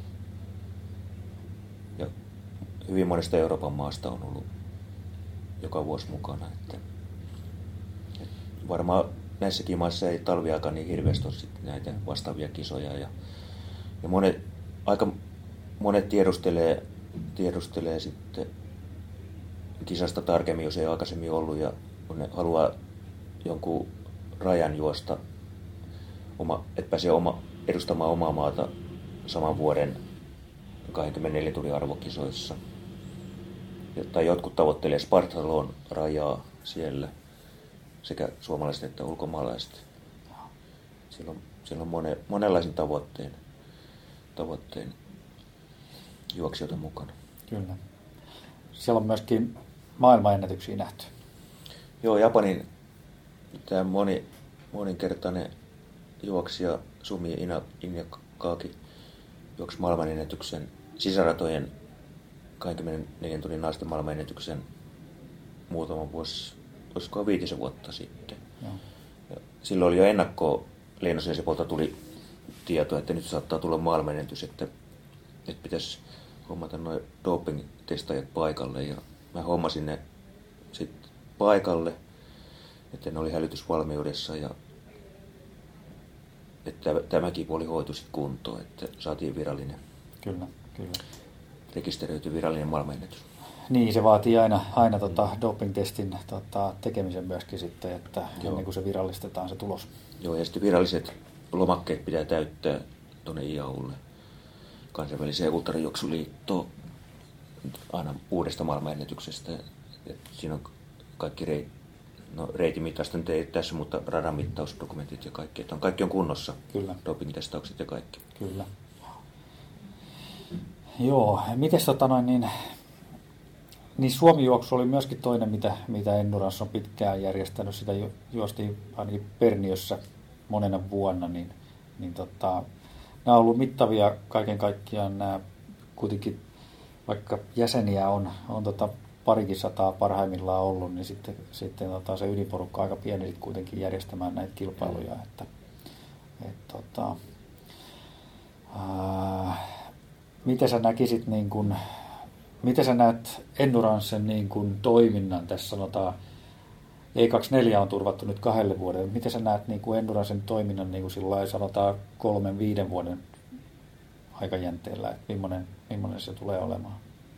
ja hyvin monesta Euroopan maasta on ollut joka vuosi mukana. Että, että varmaan näissäkin maissa ei talviaika niin hirveästi ole näitä vastaavia kisoja. Ja, ja monet, aika monet tiedustelee, tiedustelee sitten kisasta tarkemmin, jos ei aikaisemmin ollut, ja kun ne haluaa jonkun rajan juosta, oma, että pääsee oma, edustamaan omaa maata saman vuoden kaksikymmentäneljä tunnin arvokisoissa. Tai jotkut tavoittelee Spartalon rajaa siellä, sekä suomalaiset että ulkomaalaiset. Siellä on, siellä on monen, monenlaisin tavoitteen, tavoitteen juoksijoita mukana. Kyllä. Siellä on myöskin maailmanennätyksiä nähty. Joo, Japanin tämä moni, moninkertainen juoksija Sumi Injakaki juoksi maailmanennätyksen sisäratojen kaksikymmentäneljä tunnin naisten maailmanennätyksen muutama vuosi, olisiko viitisen vuotta sitten. Joo. Ja silloin oli jo ennakkoon Leinosen Sepolta tuli tieto, että nyt saattaa tulla maailmanennätys, että, että pitäisi hommata noin doping-testaajat paikalle. Ja mä hommasin ne sitten paikalle, että ne oli hälytysvalmiudessa ja että tämäkin puoli hoitui sitten kuntoon, että saatiin virallinen. Kyllä, kyllä. Rekisteröity virallinen maailmanennätys. Niin, se vaatii aina, aina tota doping-testin tota, tekemisen myöskin sitten, että Joo. ennen kuin se virallistetaan se tulos. Joo, ja sitten viralliset lomakkeet pitää täyttää tuonne I A U:lle, kansainväliseen ultrajuoksuliittoon, aina uudesta maailmanennätyksestä. Et siinä on kaikki reit, no, reitimittausta nyt ei tässä, mutta radanmittausdokumentit ja kaikki. Että on, kaikki on kunnossa, Kyllä. doping-testaukset ja kaikki. Kyllä. Joo, mites tota noin, niin, niin Suomi-juoksu oli myöskin toinen, mitä, mitä Endurance on pitkään järjestänyt. Sitä ju, juostiin ainakin Perniössä monena vuonna, niin, niin tota, nämä on ollut mittavia kaiken kaikkiaan. Nämä kuitenkin, vaikka jäseniä on, on tota parikin sataa parhaimmillaan ollut, niin sitten, sitten tota, se ydinporukka aika pieni kuitenkin järjestämään näitä kilpailuja. Että, et, tota, ää, miten sä näkisit, niin kun, miten sä näet Endurancen niin kun toiminnan tässä sanotaan, E kaksikymmentäneljä on turvattu nyt kahdelle vuodelle. Miten sä näet niin kun Endurancen toiminnan niin kun sillä sanotaan kolmen, viiden vuoden aikajänteellä, että millainen, millainen se tulee olemaan?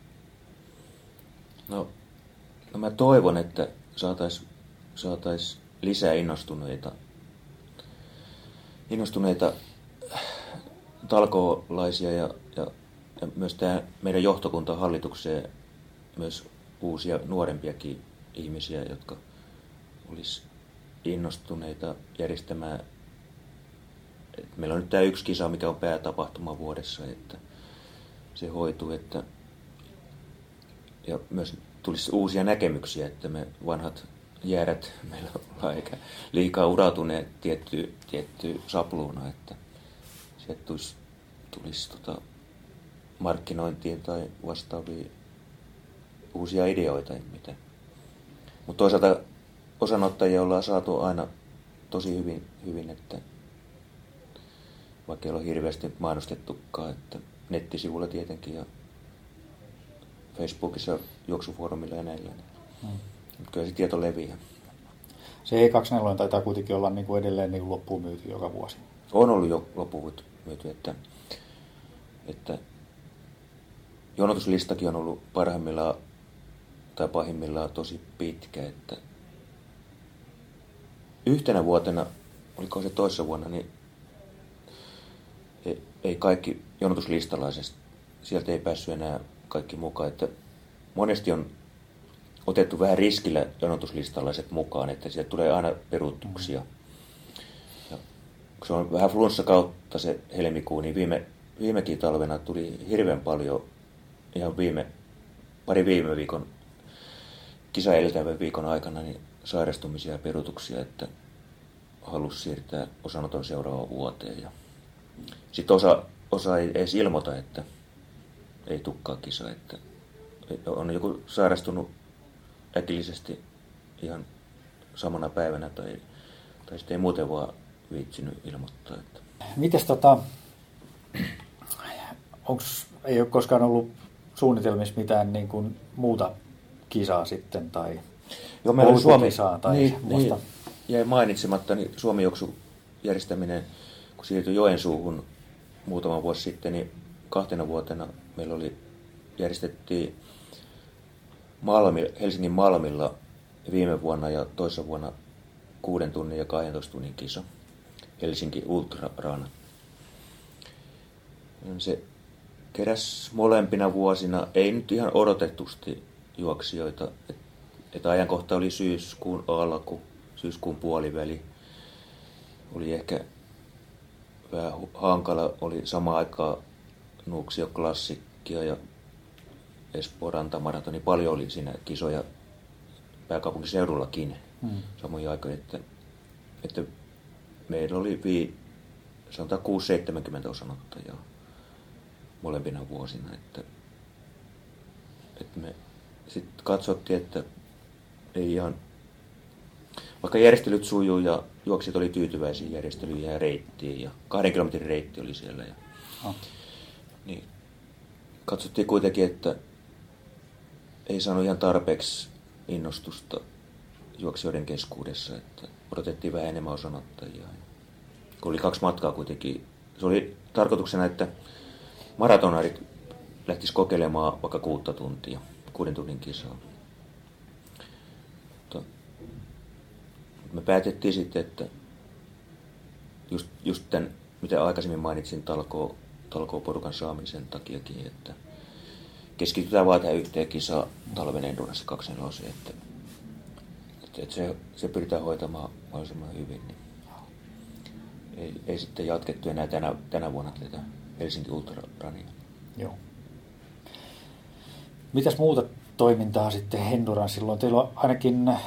No, no mä toivon, että saataisiin saatais lisää innostuneita, innostuneita talkoolaisia ja, ja, ja myös tämä meidän johtokunta hallitukseen myös uusia nuorempiakin ihmisiä, jotka olisi innostuneita järjestämään. Et meillä on nyt tämä yksi kisa, mikä on päätapahtuma vuodessa, että se hoituu, että ja myös tulisi uusia näkemyksiä, että me vanhat jäärät meillä ollaan eikä liikaa urautuneet tiettyyn tietty sapluuna, että sieltä tulisi, tulisi tota markkinointiin tai vastaavia uusia ideoita. Mitä. Mutta toisaalta osanottajia ollaan saatu aina tosi hyvin, hyvin, että vaikka ei ole hirveästi mainostettukaan, että nettisivuilla tietenkin ja Facebookissa, juoksufoorumilla ja näillä. Hmm. Kyllä se tieto leviää. Se E kaksikymmentäneljä taitaa kuitenkin olla niin kuin edelleen niin kuin loppuun myyty joka vuosi. On ollut jo loppuun myyty, että, että jonotuslistakin on ollut parhaimmillaan tai pahimmillaan tosi pitkä. Että yhtenä vuotena, oliko se toissa vuonna, niin ei, ei kaikki jonotuslistalaiset, sieltä ei päässyt enää kaikki mukaan. Että monesti on otettu vähän riskillä jonotuslistalaiset mukaan, että sieltä tulee aina peruutuksia. Ja kun se on vähän flunssa kautta se helmikuu, niin viime, viimekin talvena tuli hirveän paljon ihan viime, pari viime viikon kisaedeltävän viikon aikana niin sairastumisia ja peruutuksia, että halusi siirtää osanoton seuraavaan vuoteen. Ja sitten osa, osa ei edes ilmoita, että ei tukkaa kisa, että on joku sairastunut äkillisesti ihan samana päivänä tai, tai sitten ei muuten vaan viitsinyt ilmoittaa. Että. Mites tota, onks, ei ole koskaan ollut suunnitelmissa mitään niin kuin muuta kisaa sitten tai Joo, meillä oli Suomi tai niin, niin, jäi mainitsematta, niin Suomi-juoksun järjestäminen, kun siirtyi Joensuuhun muutama vuosi sitten, niin kahtena vuotena meillä oli, järjestettiin Malmi, Helsingin Malmilla viime vuonna ja toisessa vuonna kuuden tunnin ja kahdentoista tunnin kisa, Helsinki Ultra Run. Se keräsi molempina vuosina, ei nyt ihan odotetusti juoksijoita, että et ajankohta oli syyskuun alku, syyskuun puoliväli. Oli ehkä vähän hankala, oli samaan aikaan Nuuksio Klassikkia ja Espoo Rantamaratoni. Paljon oli siinä kisoja pääkaupunkiseudullakin hmm. samoin aikoina, että, että meillä oli vii, sanotaan kuusi seitsemänkymmentä osanottajaa molempina vuosina. Että, että me sitten katsottiin, että ei ihan, vaikka järjestelyt sujuu ja juoksit oli tyytyväisiä järjestelyjä ja reittiin ja kahden kilometrin reitti oli siellä. Ja, oh. niin, katsottiin kuitenkin, että ei saanut ihan tarpeeksi innostusta juoksijoiden keskuudessa, että odotettiin vähän enemmän osanottajia. Kun oli kaksi matkaa kuitenkin, se oli tarkoituksena, että maratonarit lähtis kokeilemaan vaikka kuutta tuntia, kuuden tunnin kisaa. Mutta me päätettiin sitten, että just, just tämän, mitä aikaisemmin mainitsin, talkoo, talkoo porukan saamisen takiakin, että keskitytään vaan tähän yhteen kisaan talven endurassa kaksineloseen, että, että, että se, se pyritään hoitamaan mahdollisimman hyvin. Niin ei, ei sitten jatkettu enää tänä, tänä vuonna tätä Helsinki Ultra Runia. Joo. Mitäs muuta toimintaa sitten Henduran silloin? Teillä on ainakin ää,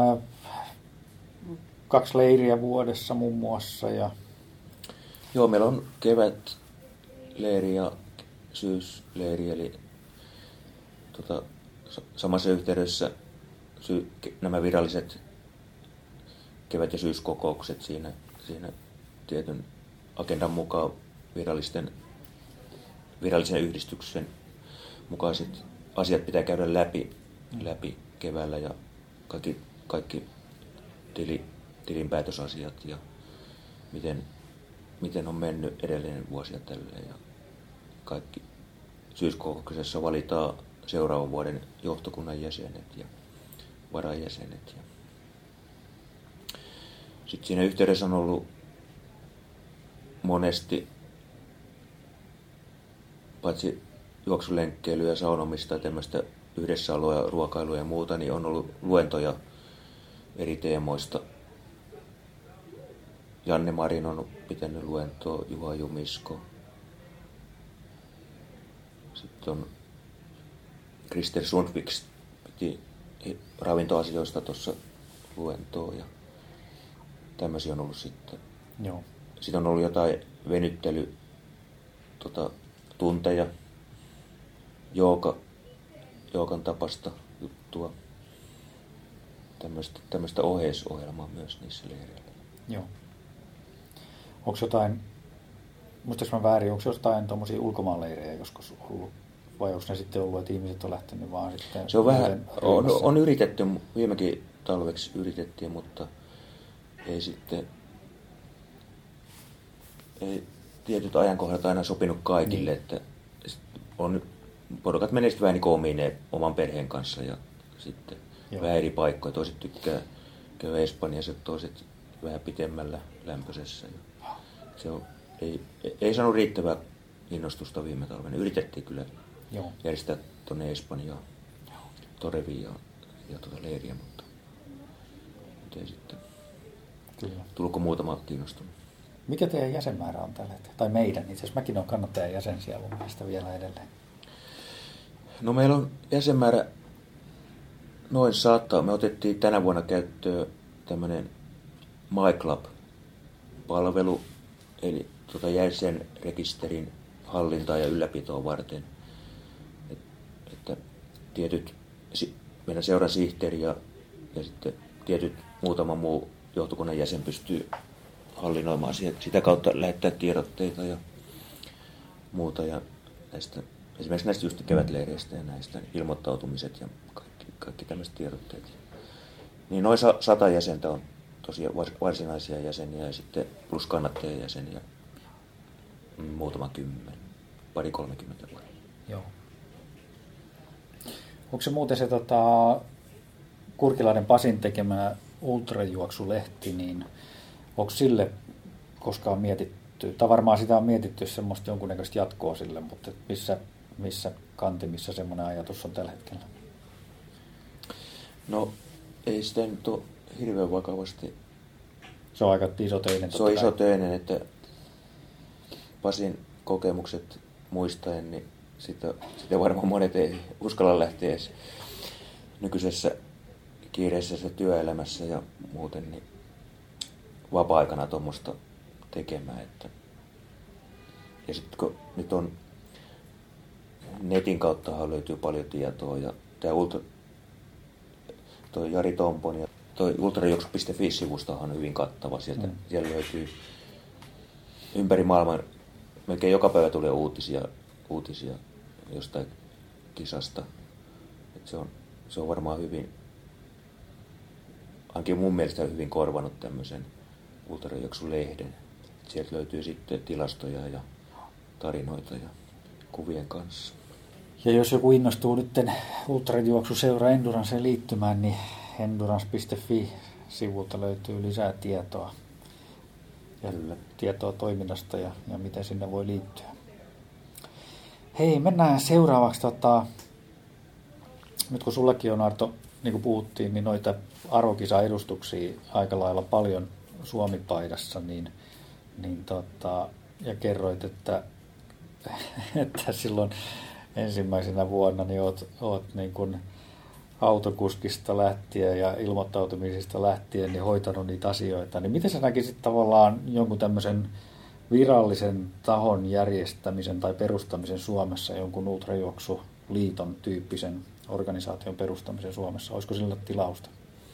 kaksi leiriä vuodessa muun muassa. Ja... Joo, meillä on kevätleiri ja syysleiri, eli tota, samassa yhteydessä sy- nämä viralliset kevät- ja syyskokoukset siinä, siinä tietyn agendan mukaan virallisten, virallisen yhdistyksen mukaiset asiat pitää käydä läpi, läpi keväällä ja kaikki, kaikki tili, tilinpäätösasiat ja miten, miten on mennyt edellinen vuosi ja tälleen. Ja kaikki syyskokouksessa valitaan seuraavan vuoden johtokunnan jäsenet ja varajäsenet. Ja sitten siinä yhteydessä on ollut monesti paitsi juoksulenkkeilyä ja saunomista ja tämmöistä yhdessäoloa ja ruokailua ja muuta, niin on ollut luentoja eri teemoista. Janne Marin on pitänyt luentoa, Juha Jumisko. Sitten on Krister Sundqvist piti ravintoasioista tuossa luentoa ja tämmöisiä on ollut sitten. Joo. Sitten on ollut jotain venyttely, tota, tunteja, jooga, joogan tapasta juttua, tämmöistä, tämmöistä oheisohjelmaa myös niissä leireillä. Joo. Onko jotain, muistaaks mä väärin, onko jotain tuommoisia ulkomaanleirejä joskus ollut? Vai onko ne sitten ollut, että ihmiset on lähtenyt vaan sitten... Se on vähän, on, on yritetty, viimekin talveksi yritettiin, mutta ei sitten... Ei tietyt ajankohdat aina sopinut kaikille, niin. Että on, porukat menee sitten vähän niin kuin omiin oman perheen kanssa ja sitten Joo. vähän eri paikkoja. Toiset tykkää käydä Espanjassa, toiset vähän pitemmällä lämpöisessä. Ja se on ei, ei saanut riittävää innostusta viime talvena. Yritettiin kyllä Joo. järjestää tuonne Espanjaan, Toreviin ja, ja tuota leiriä, mutta ei sitten. Kyllä. Tulko muutama kiinnostunut? Mikä teidän jäsenmäärä on tällä hetkellä? Tai meidän, itse asiassa mäkin olen kannattajan jäsen siellä mun mielestä vielä edelleen. No meillä on jäsenmäärä noin sata. Me otettiin tänä vuonna käyttöön tämmöinen MyClub-palvelu, eli tuota jäsenrekisterin hallintaa ja ylläpitoa varten. Et, että tietyt, meidän seuran sihteeri ja, ja sitten tietyt muutama muu johtokunnan jäsen pystyy hallinnoimaan sitä kautta, lähettää tiedotteita ja muuta. Ja näistä, esimerkiksi näistä just kevätleireistä ja näistä ilmoittautumiset ja kaikki, kaikki tämmöiset tiedotteet. Niin noin sata jäsentä on tosiaan varsinaisia jäseniä ja sitten plus kannattajajäseniä muutama kymmen, pari kolmekymmentä vuotta. Joo. Onko se muuten se tota, Kurkilainen Pasin tekemä ultrajuoksulehti, niin onko sille koskaan mietitty, tai varmaan sitä on mietitty semmoista jonkunnäköistä jatkoa sille, mutta missä, missä kantimissa semmoinen ajatus on tällä hetkellä? No ei sitä nyt ole hirveän vakavasti. Se on aika isotöinen. Se on isotöinen, että Pasin kokemukset muistaen, niin sitä, sitä varmaan monet ei uskalla lähteä edes nykyisessä kiireisessä työelämässä ja muuten niin vapaa-aikana tuommoista tekemään. Että. Ja sitten kun nyt on netin kautta löytyy paljon tietoa ja tämä ultra, toi Jari Tompon ja toi ultrajuoksu piste fi-sivustohan on hyvin kattava. Sieltä, mm. Siellä löytyy ympäri maailman, melkein joka päivä tulee uutisia, uutisia jostain kisasta. Et se, on, se on varmaan hyvin, ainakin mun mielestä hyvin korvannut tämmöisen ultrajuoksulehden. Sieltä löytyy sitten tilastoja ja tarinoita ja kuvien kanssa. Ja jos joku innostuu nyt ultrajuoksuseura Enduranceen liittymään, niin endurance piste fi-sivulta löytyy lisää tietoa. Ja Kyllä. tietoa toiminnasta ja, ja miten sinne voi liittyä. Hei, mennään seuraavaksi. Tota, nyt kun sullakin on, Arto, niin kuin puhuttiin, niin noita arvokisa-edustuksia aika lailla paljon Suomi-paidassa, niin, niin tota, ja kerroit, että, että silloin ensimmäisenä vuonna niin oot, oot niin kuin autokuskista lähtien ja ilmoittautumisista lähtien niin hoitanut niitä asioita, niin miten sä näkisit tavallaan jonkun tämmöisen virallisen tahon järjestämisen tai perustamisen Suomessa, jonkun ultrajuoksuliiton tyyppisen organisaation perustamisen Suomessa? Olisiko sillä tilausta?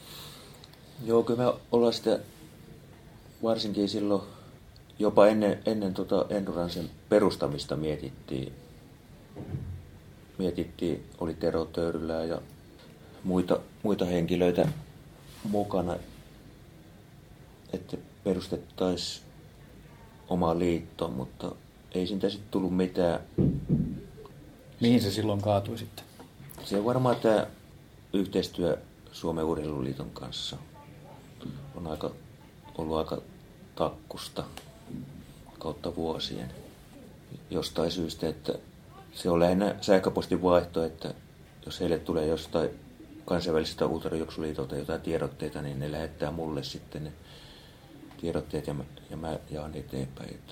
Joo, kyllä me ollaan sitä varsinkin silloin jopa ennen, ennen tota Endurancen perustamista mietittiin. Mietittiin, oli Tero Töyrylää ja muita, muita henkilöitä mukana, että perustettaisiin oma liitto, mutta ei siitä sitten tullut mitään. Mihin se silloin kaatui sitten? Se on varmaan tämä yhteistyö Suomen Urheiluliiton kanssa on aika, ollut aika takkusta kautta vuosien jostain syystä, että se on lähinnä sähköpostin vaihto, että jos heille tulee jostain kansainvälisestä ultrajuoksuliitolta jotain tiedotteita, niin ne lähettää mulle sitten ne tiedotteet ja mä, ja mä jaan eteenpäin. Että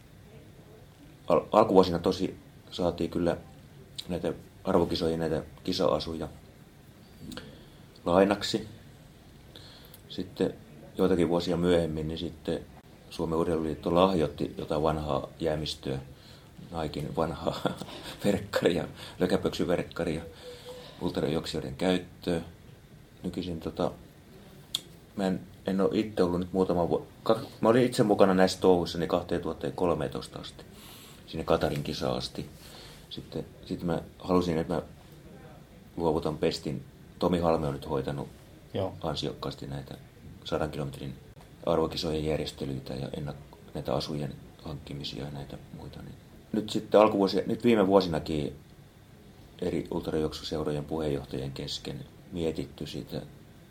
al- alkuvuosina tosi saatiin kyllä näitä arvokisoja, näitä kisa-asuja lainaksi. Sitten joitakin vuosia myöhemmin, niin sitten Suomen Urheiluliitto lahjoitti jotain vanhaa jäämistöä, Naikin vanhaa verkkaria, lökäpöksyverkkaria ultrajuoksijoiden käyttöön. Nykyisin tota, mä en, en ole itse ollut nyt muutama vuosi. Mä olin itse mukana näissä touhuissa niin kaksituhattakolmetoista asti, sinne Katarin kisaan asti. Sitten, sitten mä halusin, että mä luovutan pestin. Tomi Halme on nyt hoitanut Joo. ansiokkaasti näitä sadan kilometrin arvokisojen järjestelyitä ja ennak- näitä asujen hankkimisia ja näitä muita. Niin nyt sitten alkuvuosia, nyt viime vuosinakin eri ultrajuoksuseurojen puheenjohtajien kesken mietitty sitä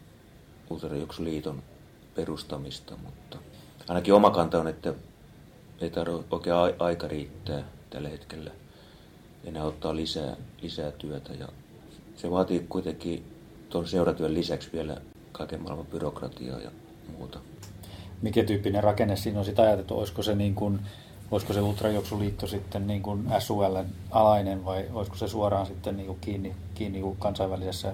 ultrajuoksuliiton perustamista, mutta ainakin oma kanta on, että ei tarvitse oikein a- aika riittää tällä hetkellä enää ottaa lisää, lisää työtä. Ja se vaatii kuitenkin tuon seuratyön lisäksi vielä kaiken maailman byrokratiaa ja muuta. Mikä tyyppinen rakenne siinä on sitä ajateltu? Olisiko se, niin kuin, olisiko se Ultrajuoksuliitto sitten niin kuin S U L:n alainen vai olisiko se suoraan sitten niin kuin kiinni, kiinni kuin kansainvälisessä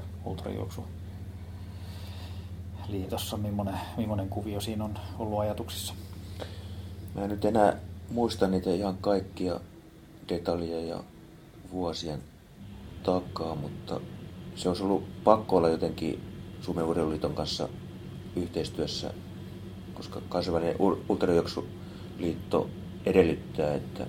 ultrajuoksuliitossa? Millainen, millainen kuvio siinä on ollut ajatuksissa? Mä en nyt enää muista niitä ihan kaikkia detaljeja ja vuosien takaa, mutta se olisi ollut pakko olla jotenkin Suomen Urheiluliiton kanssa yhteistyössä, koska kansainvälinen ultrajuoksuliitto edellyttää, että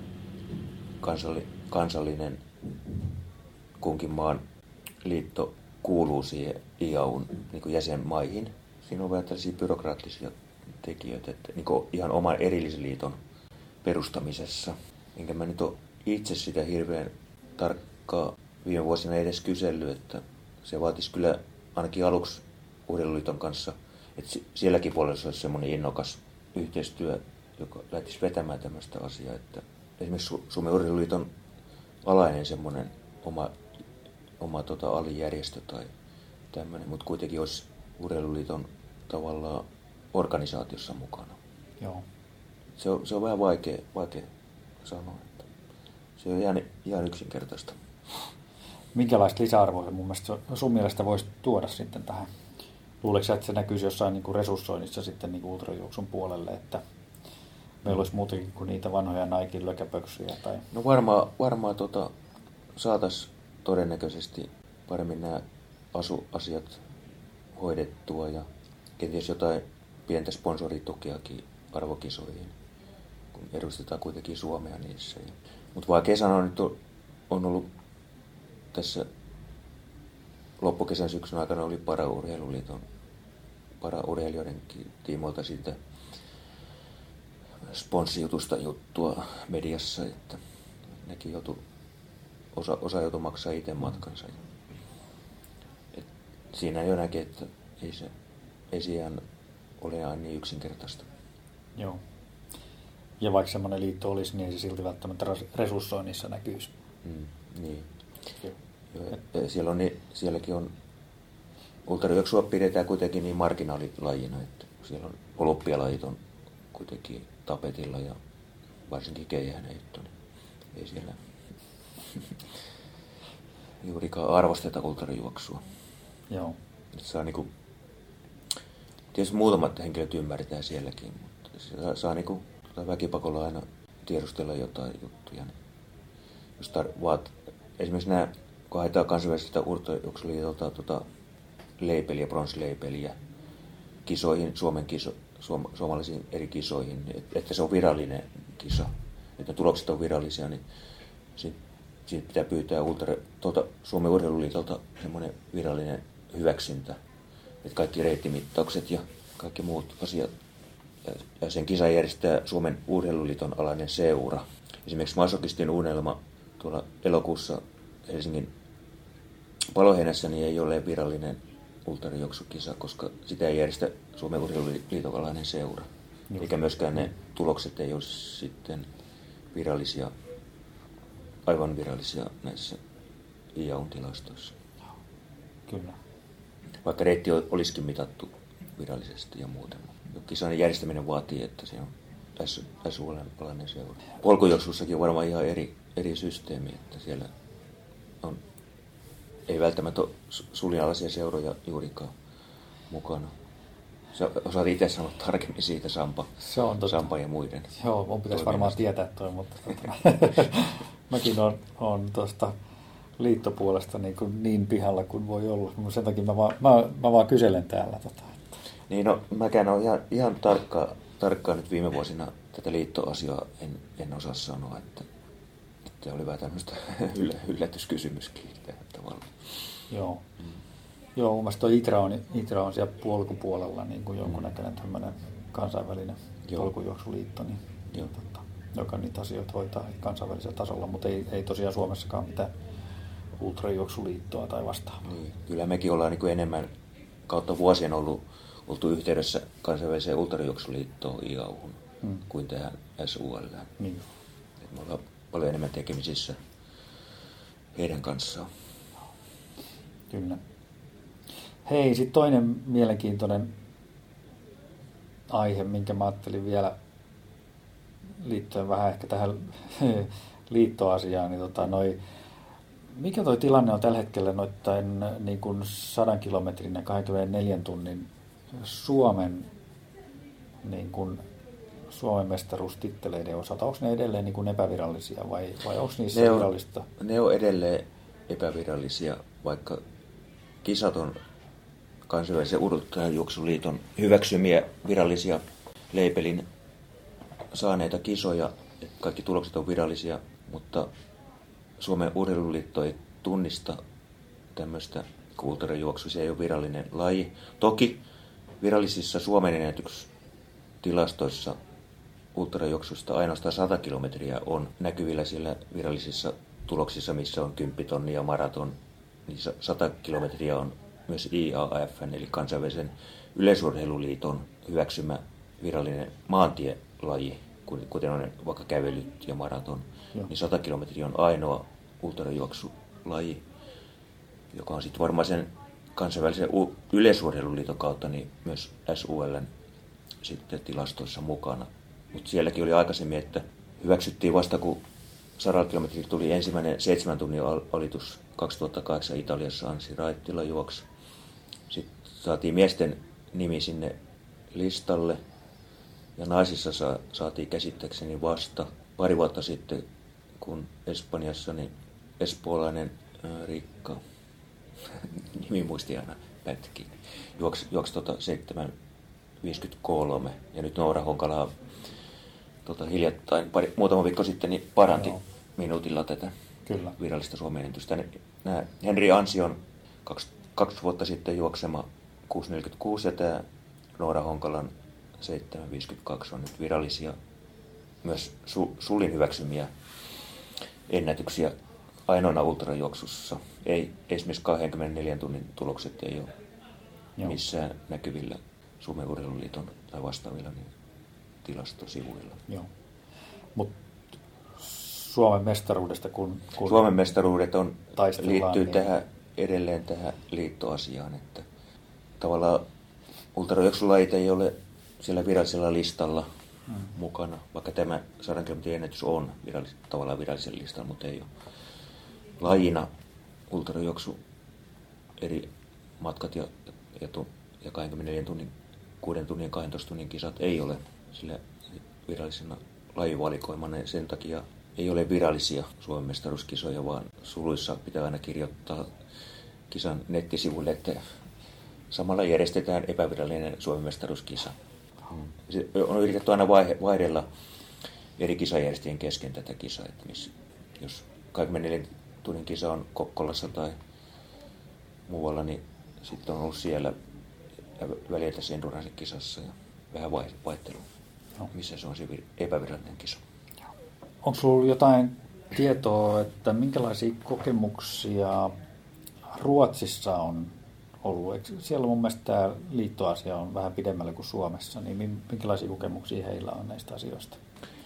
kansallinen kunkin maan liitto kuuluu siihen I A U:n niin jäsenmaihin. Siinä on vähän tällaisia byrokraattisia tekijöitä, että niin ihan oman erillisliiton perustamisessa. Enkä mä nyt ole itse sitä hirveän tarkkaa viime vuosina edes kysellyt, että se vaatisi kyllä ainakin aluksi Urheiluliiton kanssa, että sielläkin puolella olisi semmoinen innokas yhteistyö, joka lähtisi vetämään tämmöistä asiaa, että esimerkiksi Suomen Urheiluliiton alainen semmoinen oma, oma tota, alijärjestö tai tämmöinen, mutta kuitenkin olisi Urheiluliiton tavallaan organisaatiossa mukana. Joo. Se on, se on vähän vaikea, vaikea sanoa, että se on ihan, ihan yksinkertaista. Minkälaista lisäarvoa se mun mielestä sun mielestä voisi tuoda sitten tähän? Luuletko että se näkyisi jossain niin kuin resurssoinnissa sitten niin kuin ultrajuoksun puolelle, että meillä olisi muutakin kuin niitä vanhoja Naikin lökäpöksyjä? Tai... No varmaan varmaa tota, saataisiin todennäköisesti paremmin nämä asuasiat hoidettua ja kenties jotain pientä sponsoritukeakin arvokisoihin, kun edustetaan kuitenkin Suomea niissä. Mutta vaikea sanoa, nyt on, on ollut tässä loppukesän syksyn aikana oli Paraurheiluliiton, paraurheilijoidenkin tiimoilta siitä sponssijutusta juttua mediassa, että nekin joutu, osa, osa joutui maksaa itse matkansa. Et siinä jo näkee, että ei se ei siihen ole aina niin yksinkertaista. Joo. Ja vaikka semmoinen liitto olisi, niin ei se silti välttämättä resurssoinnissa näkyisi. Mm, niin. Ja siellä on, sielläkin on, ultrajuoksua pidetään kuitenkin niin marginaalilajina, että siellä on olympialajit on kuitenkin tapetilla ja varsinkin keihäänheitto, niin ei siellä juurikaan arvosteta ultrajuoksua. Joo. Että saa niinku, tietysti muutamat henkilöt ymmärretään sielläkin, mutta se saa, saa niinku väkipakolla aina tiedustella jotain juttuja. Niin jos tar- vaat, esimerkiksi nämä, kun haetaan kansainvälisestä ultrajuoksuliitolta tuota leipeliä, bronsleipeliä kisoihin, Suomen kiso, suom, suomalaisiin eri kisoihin, että, että se on virallinen kisa, että ne tulokset on virallisia, niin siitä, siitä pitää pyytää ultra, tuota, Suomen Urheiluliitolta semmoinen virallinen hyväksyntä, että kaikki reittimittaukset ja kaikki muut asiat. Ja, ja sen kisan järjestää Suomen Urheiluliiton alainen seura. Esimerkiksi Masokistin unelma tuolla elokuussa Helsingin Paloheinässä niin ei ole virallinen ultrajuoksukisa, koska sitä ei järjestä Suomen Urheiluliiton alainen seura. Joo. Eikä myöskään ne tulokset ei ole sitten virallisia, aivan virallisia näissä I A U:n tilastoissa. Kyllä. Vaikka reitti olisikin mitattu virallisesti ja muuten. Kisan järjestäminen vaatii, että se on S U L:n alainen seura. Polkujuoksussakin on varmaan ihan eri, eri systeemi, että siellä on, ei välttämättä ole sulinalaisia seuroja juurikaan mukana. Sä osaat itse sanoa tarkemmin siitä Sampa, se on totta. Sampa ja muiden. Joo, mun pitäisi varmaan tietää toi, mutta tota, mäkin on, on tuosta liittopuolesta niin, kuin niin pihalla kuin voi olla. Sen takia mä vaan, mä, mä vaan kyselen täällä. Tota, että. Niin no, mäkään olen ihan, ihan tarkkaa, tarkkaa nyt viime vuosina tätä liittoasiaa en, en osaa sanoa, että, että oli vähän tämmöistä yllätyskysymyskin tavallaan. Joo. Mm. Joo, mun mielestä ITRA on, ITRA on siellä polkupuolella niin kuin jonkunnäköinen tämmöinen kansainvälinen Joo. polkujuoksuliitto, niin, Joo. Tota, joka niitä asioita hoitaa kansainvälisellä tasolla, mutta ei, ei tosiaan Suomessakaan mitään ultrajuoksuliittoa tai vastaavaa. Niin, kyllä mekin ollaan niin kuin enemmän kautta vuosien ollut oltu yhteydessä kansainväliseen ultrajuoksuliittoon I A U:hun. hmm. kuin tähän S U L. Niin. Me ollaan paljon enemmän tekemisissä heidän kanssaan. Kyllä. Hei, sitten toinen mielenkiintoinen aihe, minkä mä ajattelin vielä liittyen vähän ehkä tähän liittoasiaan, niin tota, noi, mikä toi tilanne on tällä hetkellä noittain niin kuin sadan kilometrin ja kaksikymmentäneljän tunnin Suomen niin kuin Suomen mestaruustitteleiden osalta? Onko ne edelleen niin kuin epävirallisia vai, vai onko niissä ne on, virallista? Ne on edelleen epävirallisia, vaikka kisat on kansainvälisen urheilujuoksuliiton hyväksymiä virallisia leipelin saaneita kisoja. Kaikki tulokset on virallisia, mutta Suomen urheiluliitto ei tunnista tämmöistä ultrajuoksua. Se ei ole virallinen laji. Toki virallisissa Suomen ennätystilastoissa ultrajuoksusta ainoastaan sata kilometriä on näkyvillä siellä virallisissa tuloksissa, missä on kymmenen tonnia maraton. Niin sata kilometriä on myös I A F:n eli kansainvälisen yleisurheiluliiton hyväksymä virallinen maantielaji, kuten on vaikka kävelyt ja maraton. Joo. Niin sata kilometriä on ainoa ultrajuoksulaji, joka on sitten varmaan sen kansainvälisen yleisurheiluliiton kautta niin myös S U L:n sitten tilastoissa mukana. Mutta sielläkin oli aikaisemmin, että hyväksyttiin vasta kun sadalla kilometrillä tuli ensimmäinen seitsemän tunnin alitus kaksituhattakahdeksan Italiassa Anssi Raittila juoksi. Sitten saatiin miesten nimi sinne listalle ja naisissa sa- saatiin käsittääkseni vasta pari vuotta sitten, kun Espanjassa niin espoolainen ää, Riikka, nimi muisti aina pätkiin, juoksi, juoksi tota seitsemän viisikymmentäkolme ja nyt Noora Honkala tota, hiljattain, pari, muutama viikko sitten, niin paranti Joo. minuutilla tätä Kyllä. virallista Suomen ennätystä. Nämä Henri Ansion kaksi, kaksi vuotta sitten juoksema kuusi neljäkymmentäkuusi ja tämä Noora Honkalan seitsemän viisikymmentäkaksi on nyt virallisia, myös su, Sulin hyväksymiä ennätyksiä ainoana ultrajuoksussa. Ei, esimerkiksi kaksikymmentäneljän tunnin tulokset ei ole Joo. missään näkyvillä Suomen urheiluliiton tai vastaavilla niin tilastosivuilla. Joo. Mut Suomen mestaruudesta kun, kun Suomen mestaruudet on, liittyy niin... tähän, edelleen tähän liittoasiaan, että tavallaan ultrajuoksulajit ei ole siellä virallisella listalla hmm. mukana, vaikka tämä sadan kilometrin ennätys on virallis, tavallaan virallisella listalla, mutta ei ole lajina ultrajuoksu eri matkat ja, ja, ja kaksikymmentäneljän tunnin, kuuden tunnin ja kahdentoista tunnin kisat ei ole sillä virallisena lajivalikoimana ja sen takia ei ole virallisia Suomen mestaruuskisoja, vaan suluissa pitää aina kirjoittaa kisan nettisivuille, että samalla järjestetään epävirallinen Suomen mestaruuskisa. Se on yritetty aina vaihdella eri kisajärjestäjien kesken tätä kisaa, että missä, jos kaksikymmentäneljän tunnin kisa on Kokkolassa tai muualla, niin sitten on ollut siellä ja väliä tässä endurance-kisassa ja vähän vaihtelua, no. missä se on se epävirallinen kisa. Onko sinulla jotain tietoa, että minkälaisia kokemuksia Ruotsissa on ollut? Eikö siellä mun mielestä tämä liittoasia on vähän pidemmällä kuin Suomessa, niin minkälaisia kokemuksia heillä on näistä asioista?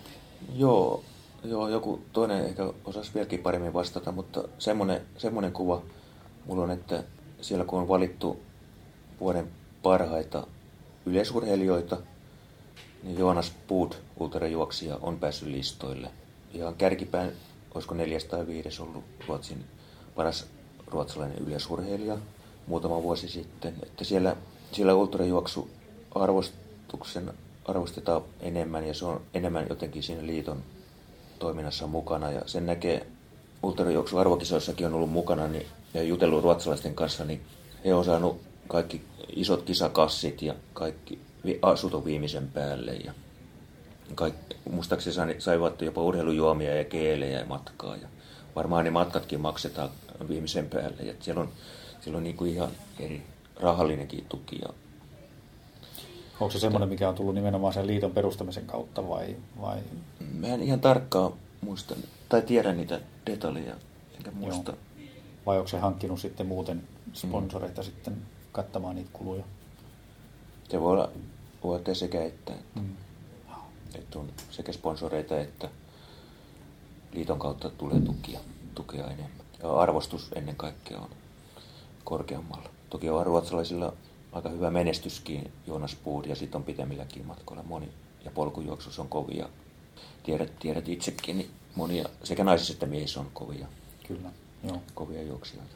Joo, joo joku toinen ehkä osaisi vieläkin paremmin vastata, mutta semmoinen, semmoinen kuva mulla on, että siellä kun on valittu vuoden parhaita yleisurheilijoita, niin Jonas Buud, ultrajuoksija, on päässyt listoille. Ja kärkipään, olisiko neljäs tai viides ollut Ruotsin paras ruotsalainen yleisurheilija muutama vuosi sitten. Että siellä, siellä ultrajuoksu arvostuksen arvostetaan enemmän ja se on enemmän jotenkin siinä liiton toiminnassa mukana. Ja sen näkee ultrajuoksu arvokisoissakin on ollut mukana niin, ja jutellut ruotsalaisten kanssa, niin he on saanut kaikki isot kisakassit ja kaikki asut viimeisen päälle. Ja kaikki, muistaakseni saivat jopa urheilujuomia ja keelejä ja matkaa. Ja varmaan ne matkatkin maksetaan viimeisen päälle. Ja siellä on, siellä on niin kuin ihan eri rahallinenkin tuki. Ja onko se semmoinen, mikä on tullut nimenomaan sen liiton perustamisen kautta vai? vai? Mä en ihan tarkkaan muista tai tiedä niitä detaljeja, enkä muista. Joo. Vai onko se hankkinut sitten muuten sponsoreita mm. sitten kattamaan niitä kuluja? Se voi olla, voi olla sekä että. että. Mm. Että on sekä sponsoreita että liiton kautta tulee tukia, tukea enemmän. Ja arvostus ennen kaikkea on korkeammalla. Toki on ruotsalaisilla aika hyvä menestyskin, Jonas Buud, ja sitten on pitemmilläkin matkoilla moni. Ja polkujuoksussa on kovia. Tiedät, tiedät itsekin, niin monia, sekä naisissa että miehissä on kovia, Kyllä, joo. kovia juoksijoita.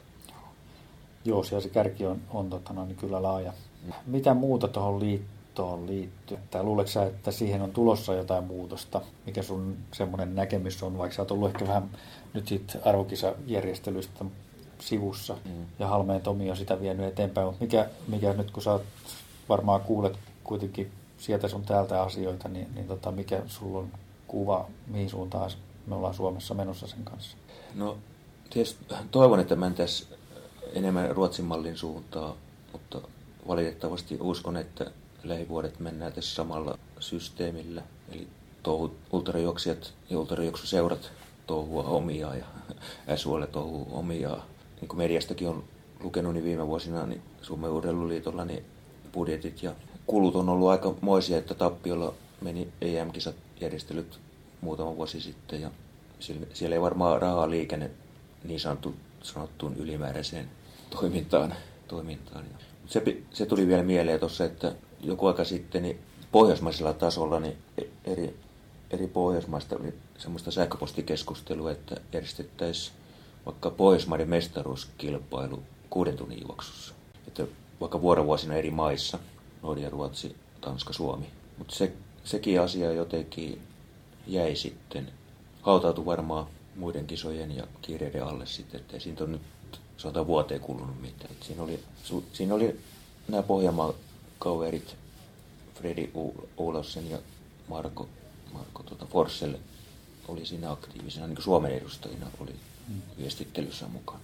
Joo, siellä se kärki on, on tota, no, niin kyllä laaja. Mitä muuta tuohon liittoon liittyy? Tai luuletko sä, että siihen on tulossa jotain muutosta? Mikä sun semmoinen näkemys on, vaikka sä oot ollut ehkä vähän nyt siitä arvokisajärjestelystä sivussa mm. ja Halmeen Tomi on sitä vienyt eteenpäin, mutta mikä, mikä nyt kun sä oot, varmaan kuulet kuitenkin sieltä sun täältä asioita, niin, niin tota, mikä sulla on kuva, mihin suuntaan me ollaan Suomessa menossa sen kanssa? No tietysti toivon, että mentäisiin enemmän Ruotsin mallin suuntaan, mutta valitettavasti uskon, että lähivuodet mennään tässä samalla systeemillä. Eli touhut, ultrajuoksijat ja ultrajuoksuseurat touhua omiaan ja S U L touhuu omiaan. Niin kuin mediastakin on lukenut, niin viime vuosina niin Suomen Urheiluliitolla niin budjetit ja kulut on ollut aika moisia, että tappiolla meni E M-kisat järjestelyt muutama vuosi sitten ja siellä ei varmaan rahaa liikenne niin sanottu, sanottuun ylimääräiseen toimintaan. toimintaan. Se, se tuli vielä mieleen tuossa, että joku aika sitten niin pohjoismaisella tasolla niin eri, eri pohjoismaista oli semmoista sähköpostikeskustelua, että järjestettäisiin vaikka Pohjoismaiden mestaruuskilpailu kuuden tunnin juoksussa. Että vaikka vuorovuosina eri maissa, Norja, Ruotsi, Tanska, Suomi. Mutta se, sekin asia jotenkin jäi sitten, hautautui varmaan muiden kisojen ja kiireiden alle sitten, että siitä on nyt sanotaan vuoteen kulunut mitään. Et siinä, oli, su, siinä oli nämä Pohjanmaan kaverit, Fredi Oulasen ja Marko, Marko tuota Forssell oli siinä aktiivisena, niin kuin Suomen edustajina oli hmm. viestittelyssä mukana.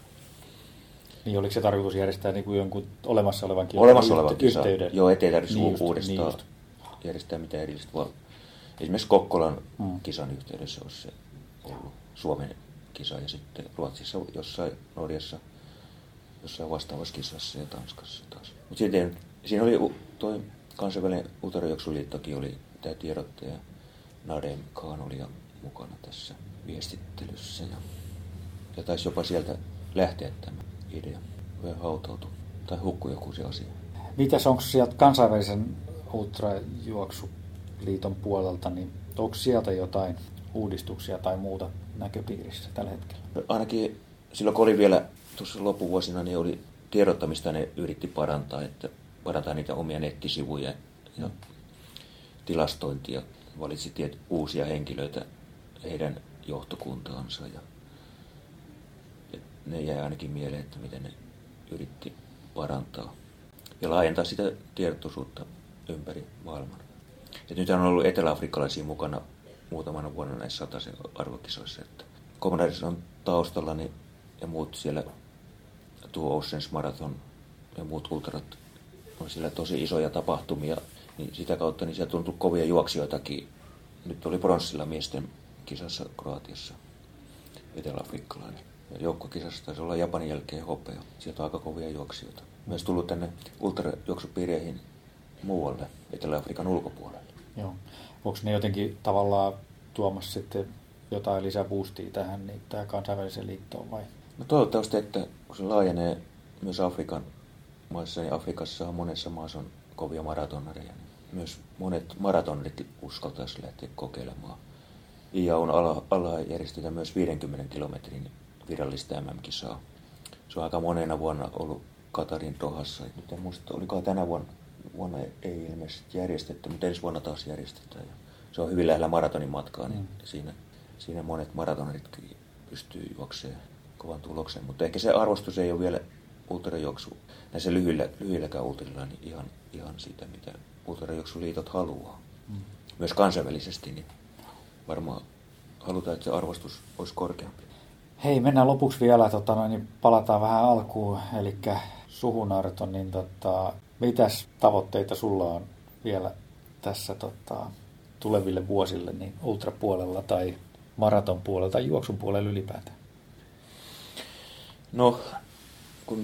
Niin oliko se tarkoitus järjestää niin kuin jonkun olemassa olevan kilpailun Olemassa olevan kisa, yhteyden? Joo, ettei tarvitse niin uudestaan niin järjestää mitään erillistä. Vaan esimerkiksi Kokkolan hmm. kisan yhteydessä olisi se ollut Suomen kisa ja sitten Ruotsissa, jossain Norjassa, jossain vastaavassa kisassa ja Tanskassa taas. Mutta sitten siinä oli tuo kansainvälinen ultrajuoksuliittokin oli tämä tiedottaja Nadem Khan oli mukana tässä viestittelyssä ja, ja taisi jopa sieltä lähteä tämä idea. Vähän hautautui tai hukkui joku se asia. Mitäs onko sieltä kansainvälisen ultrajuoksuliiton puolelta, niin onko sieltä jotain uudistuksia tai muuta näköpiirissä tällä hetkellä? Ainakin silloin kun oli vielä tuossa loppuvuosina, niin oli tiedottamista, ne yritti parantaa, että parantaa niitä omia nettisivuja ja mm. tilastointia. Valitsi tiet, uusia henkilöitä heidän johtokuntaansa ja, ja ne jäi ainakin mieleen, että miten ne yritti parantaa ja laajentaa sitä tietoisuutta ympäri maailman. Et nyt on ollut eteläafrikkalaisia mukana muutamana vuonna näissä sataisen arvokisoissa, että Comrades on taustalla niin, ja muut siellä, tuo Oceans Marathon ja muut ultrat on siellä tosi isoja tapahtumia, niin sitä kautta niin sieltä on tullut kovia juoksijoitakin. Nyt oli pronssilla miesten kisassa Kroatiassa eteläafrikkalainen. Ja joukkokisassa taisi olla Japanin jälkeen hopea. Sieltä on aika kovia juoksijoita. Myös tullut tänne ultrajuoksupiireihin muualle, Etelä-Afrikan ulkopuolelle. Joo. Onko ne jotenkin tavallaan tuomassa sitten jotain lisäboostia tähän niin tähän kansainväliseen liittoon vai? No toivottavasti, että kun se laajenee myös Afrikan maissa, niin Afrikassa on monessa maassa on kovia maratonareja. Niin myös monet maratonarit uskaltaisi lähteä kokeilemaan. I A U:n ala, ala järjestetään myös viidenkymmenen kilometrin virallista M M-kisaa. Se on aika monena vuonna ollut Katarin Dohassa. Nyt en muista, olikohan tänä vuonna, vuonna ei ilmeisesti järjestetty, mutta ensi vuonna taas järjestetään. Ja se on hyvin lähellä maratonin matkaa, niin mm. siinä, siinä monet maratonaritkin pystyy juoksemaan kovan tuloksen. Mutta ehkä se arvostus ei ole vielä ultrajuoksu näissä lyhyillä, lyhyilläkään ultrilla niin ihan, ihan sitä, mitä ultrajuoksuliitot haluaa. Mm. Myös kansainvälisesti niin varmaan halutaan, että se arvostus olisi korkeampi. Hei, mennään lopuksi vielä, tota, noin, niin palataan vähän alkuun, eli suhun Arto, niin tota, mitäs tavoitteita sulla on vielä tässä tota, tuleville vuosille niin ultrapuolella tai maraton puolella tai juoksun puolella ylipäätään? No, kun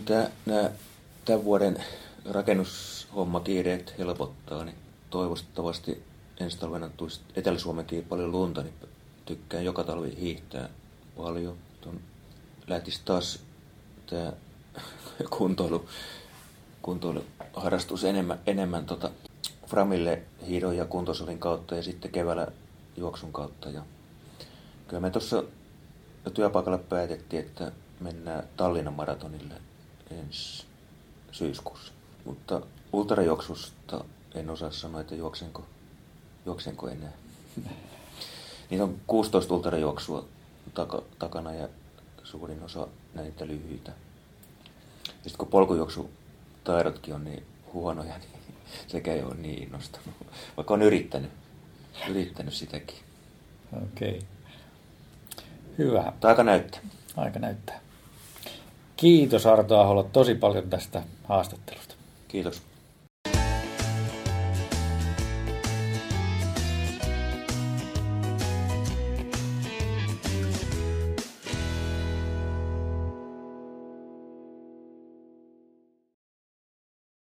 tämän vuoden rakennushomma kiireet helpottaa, niin toivottavasti ensi talvena tulisi Etelä-Suomenkin paljon lunta, niin tykkään joka talvi hiihtää paljon. Tuon lähtisi taas tämä kuntoilu, kuntoiluharrastus enemmän, enemmän tota Framille hiidon ja kuntosalin kautta ja sitten keväällä juoksun kautta. Ja kyllä me tuossa työpaikalla päätettiin, että mennään Tallinnan maratonille ensi syyskuussa. Mutta ultrajuoksusta en osaa sanoa, että juoksenko, juoksenko enää. Niitä on kuusitoista ultrajuoksua taka, takana ja suurin osa näitä lyhyitä. Ja sitten kun polkujuoksutaidotkin on niin huonoja, niin sekä ei ole niin innostunut. Vaikka on yrittänyt, yrittänyt sitäkin. Okei. Hyvä. Aika näyttää. Aika näyttää. Kiitos Arto Ahola tosi paljon tästä haastattelusta. Kiitos.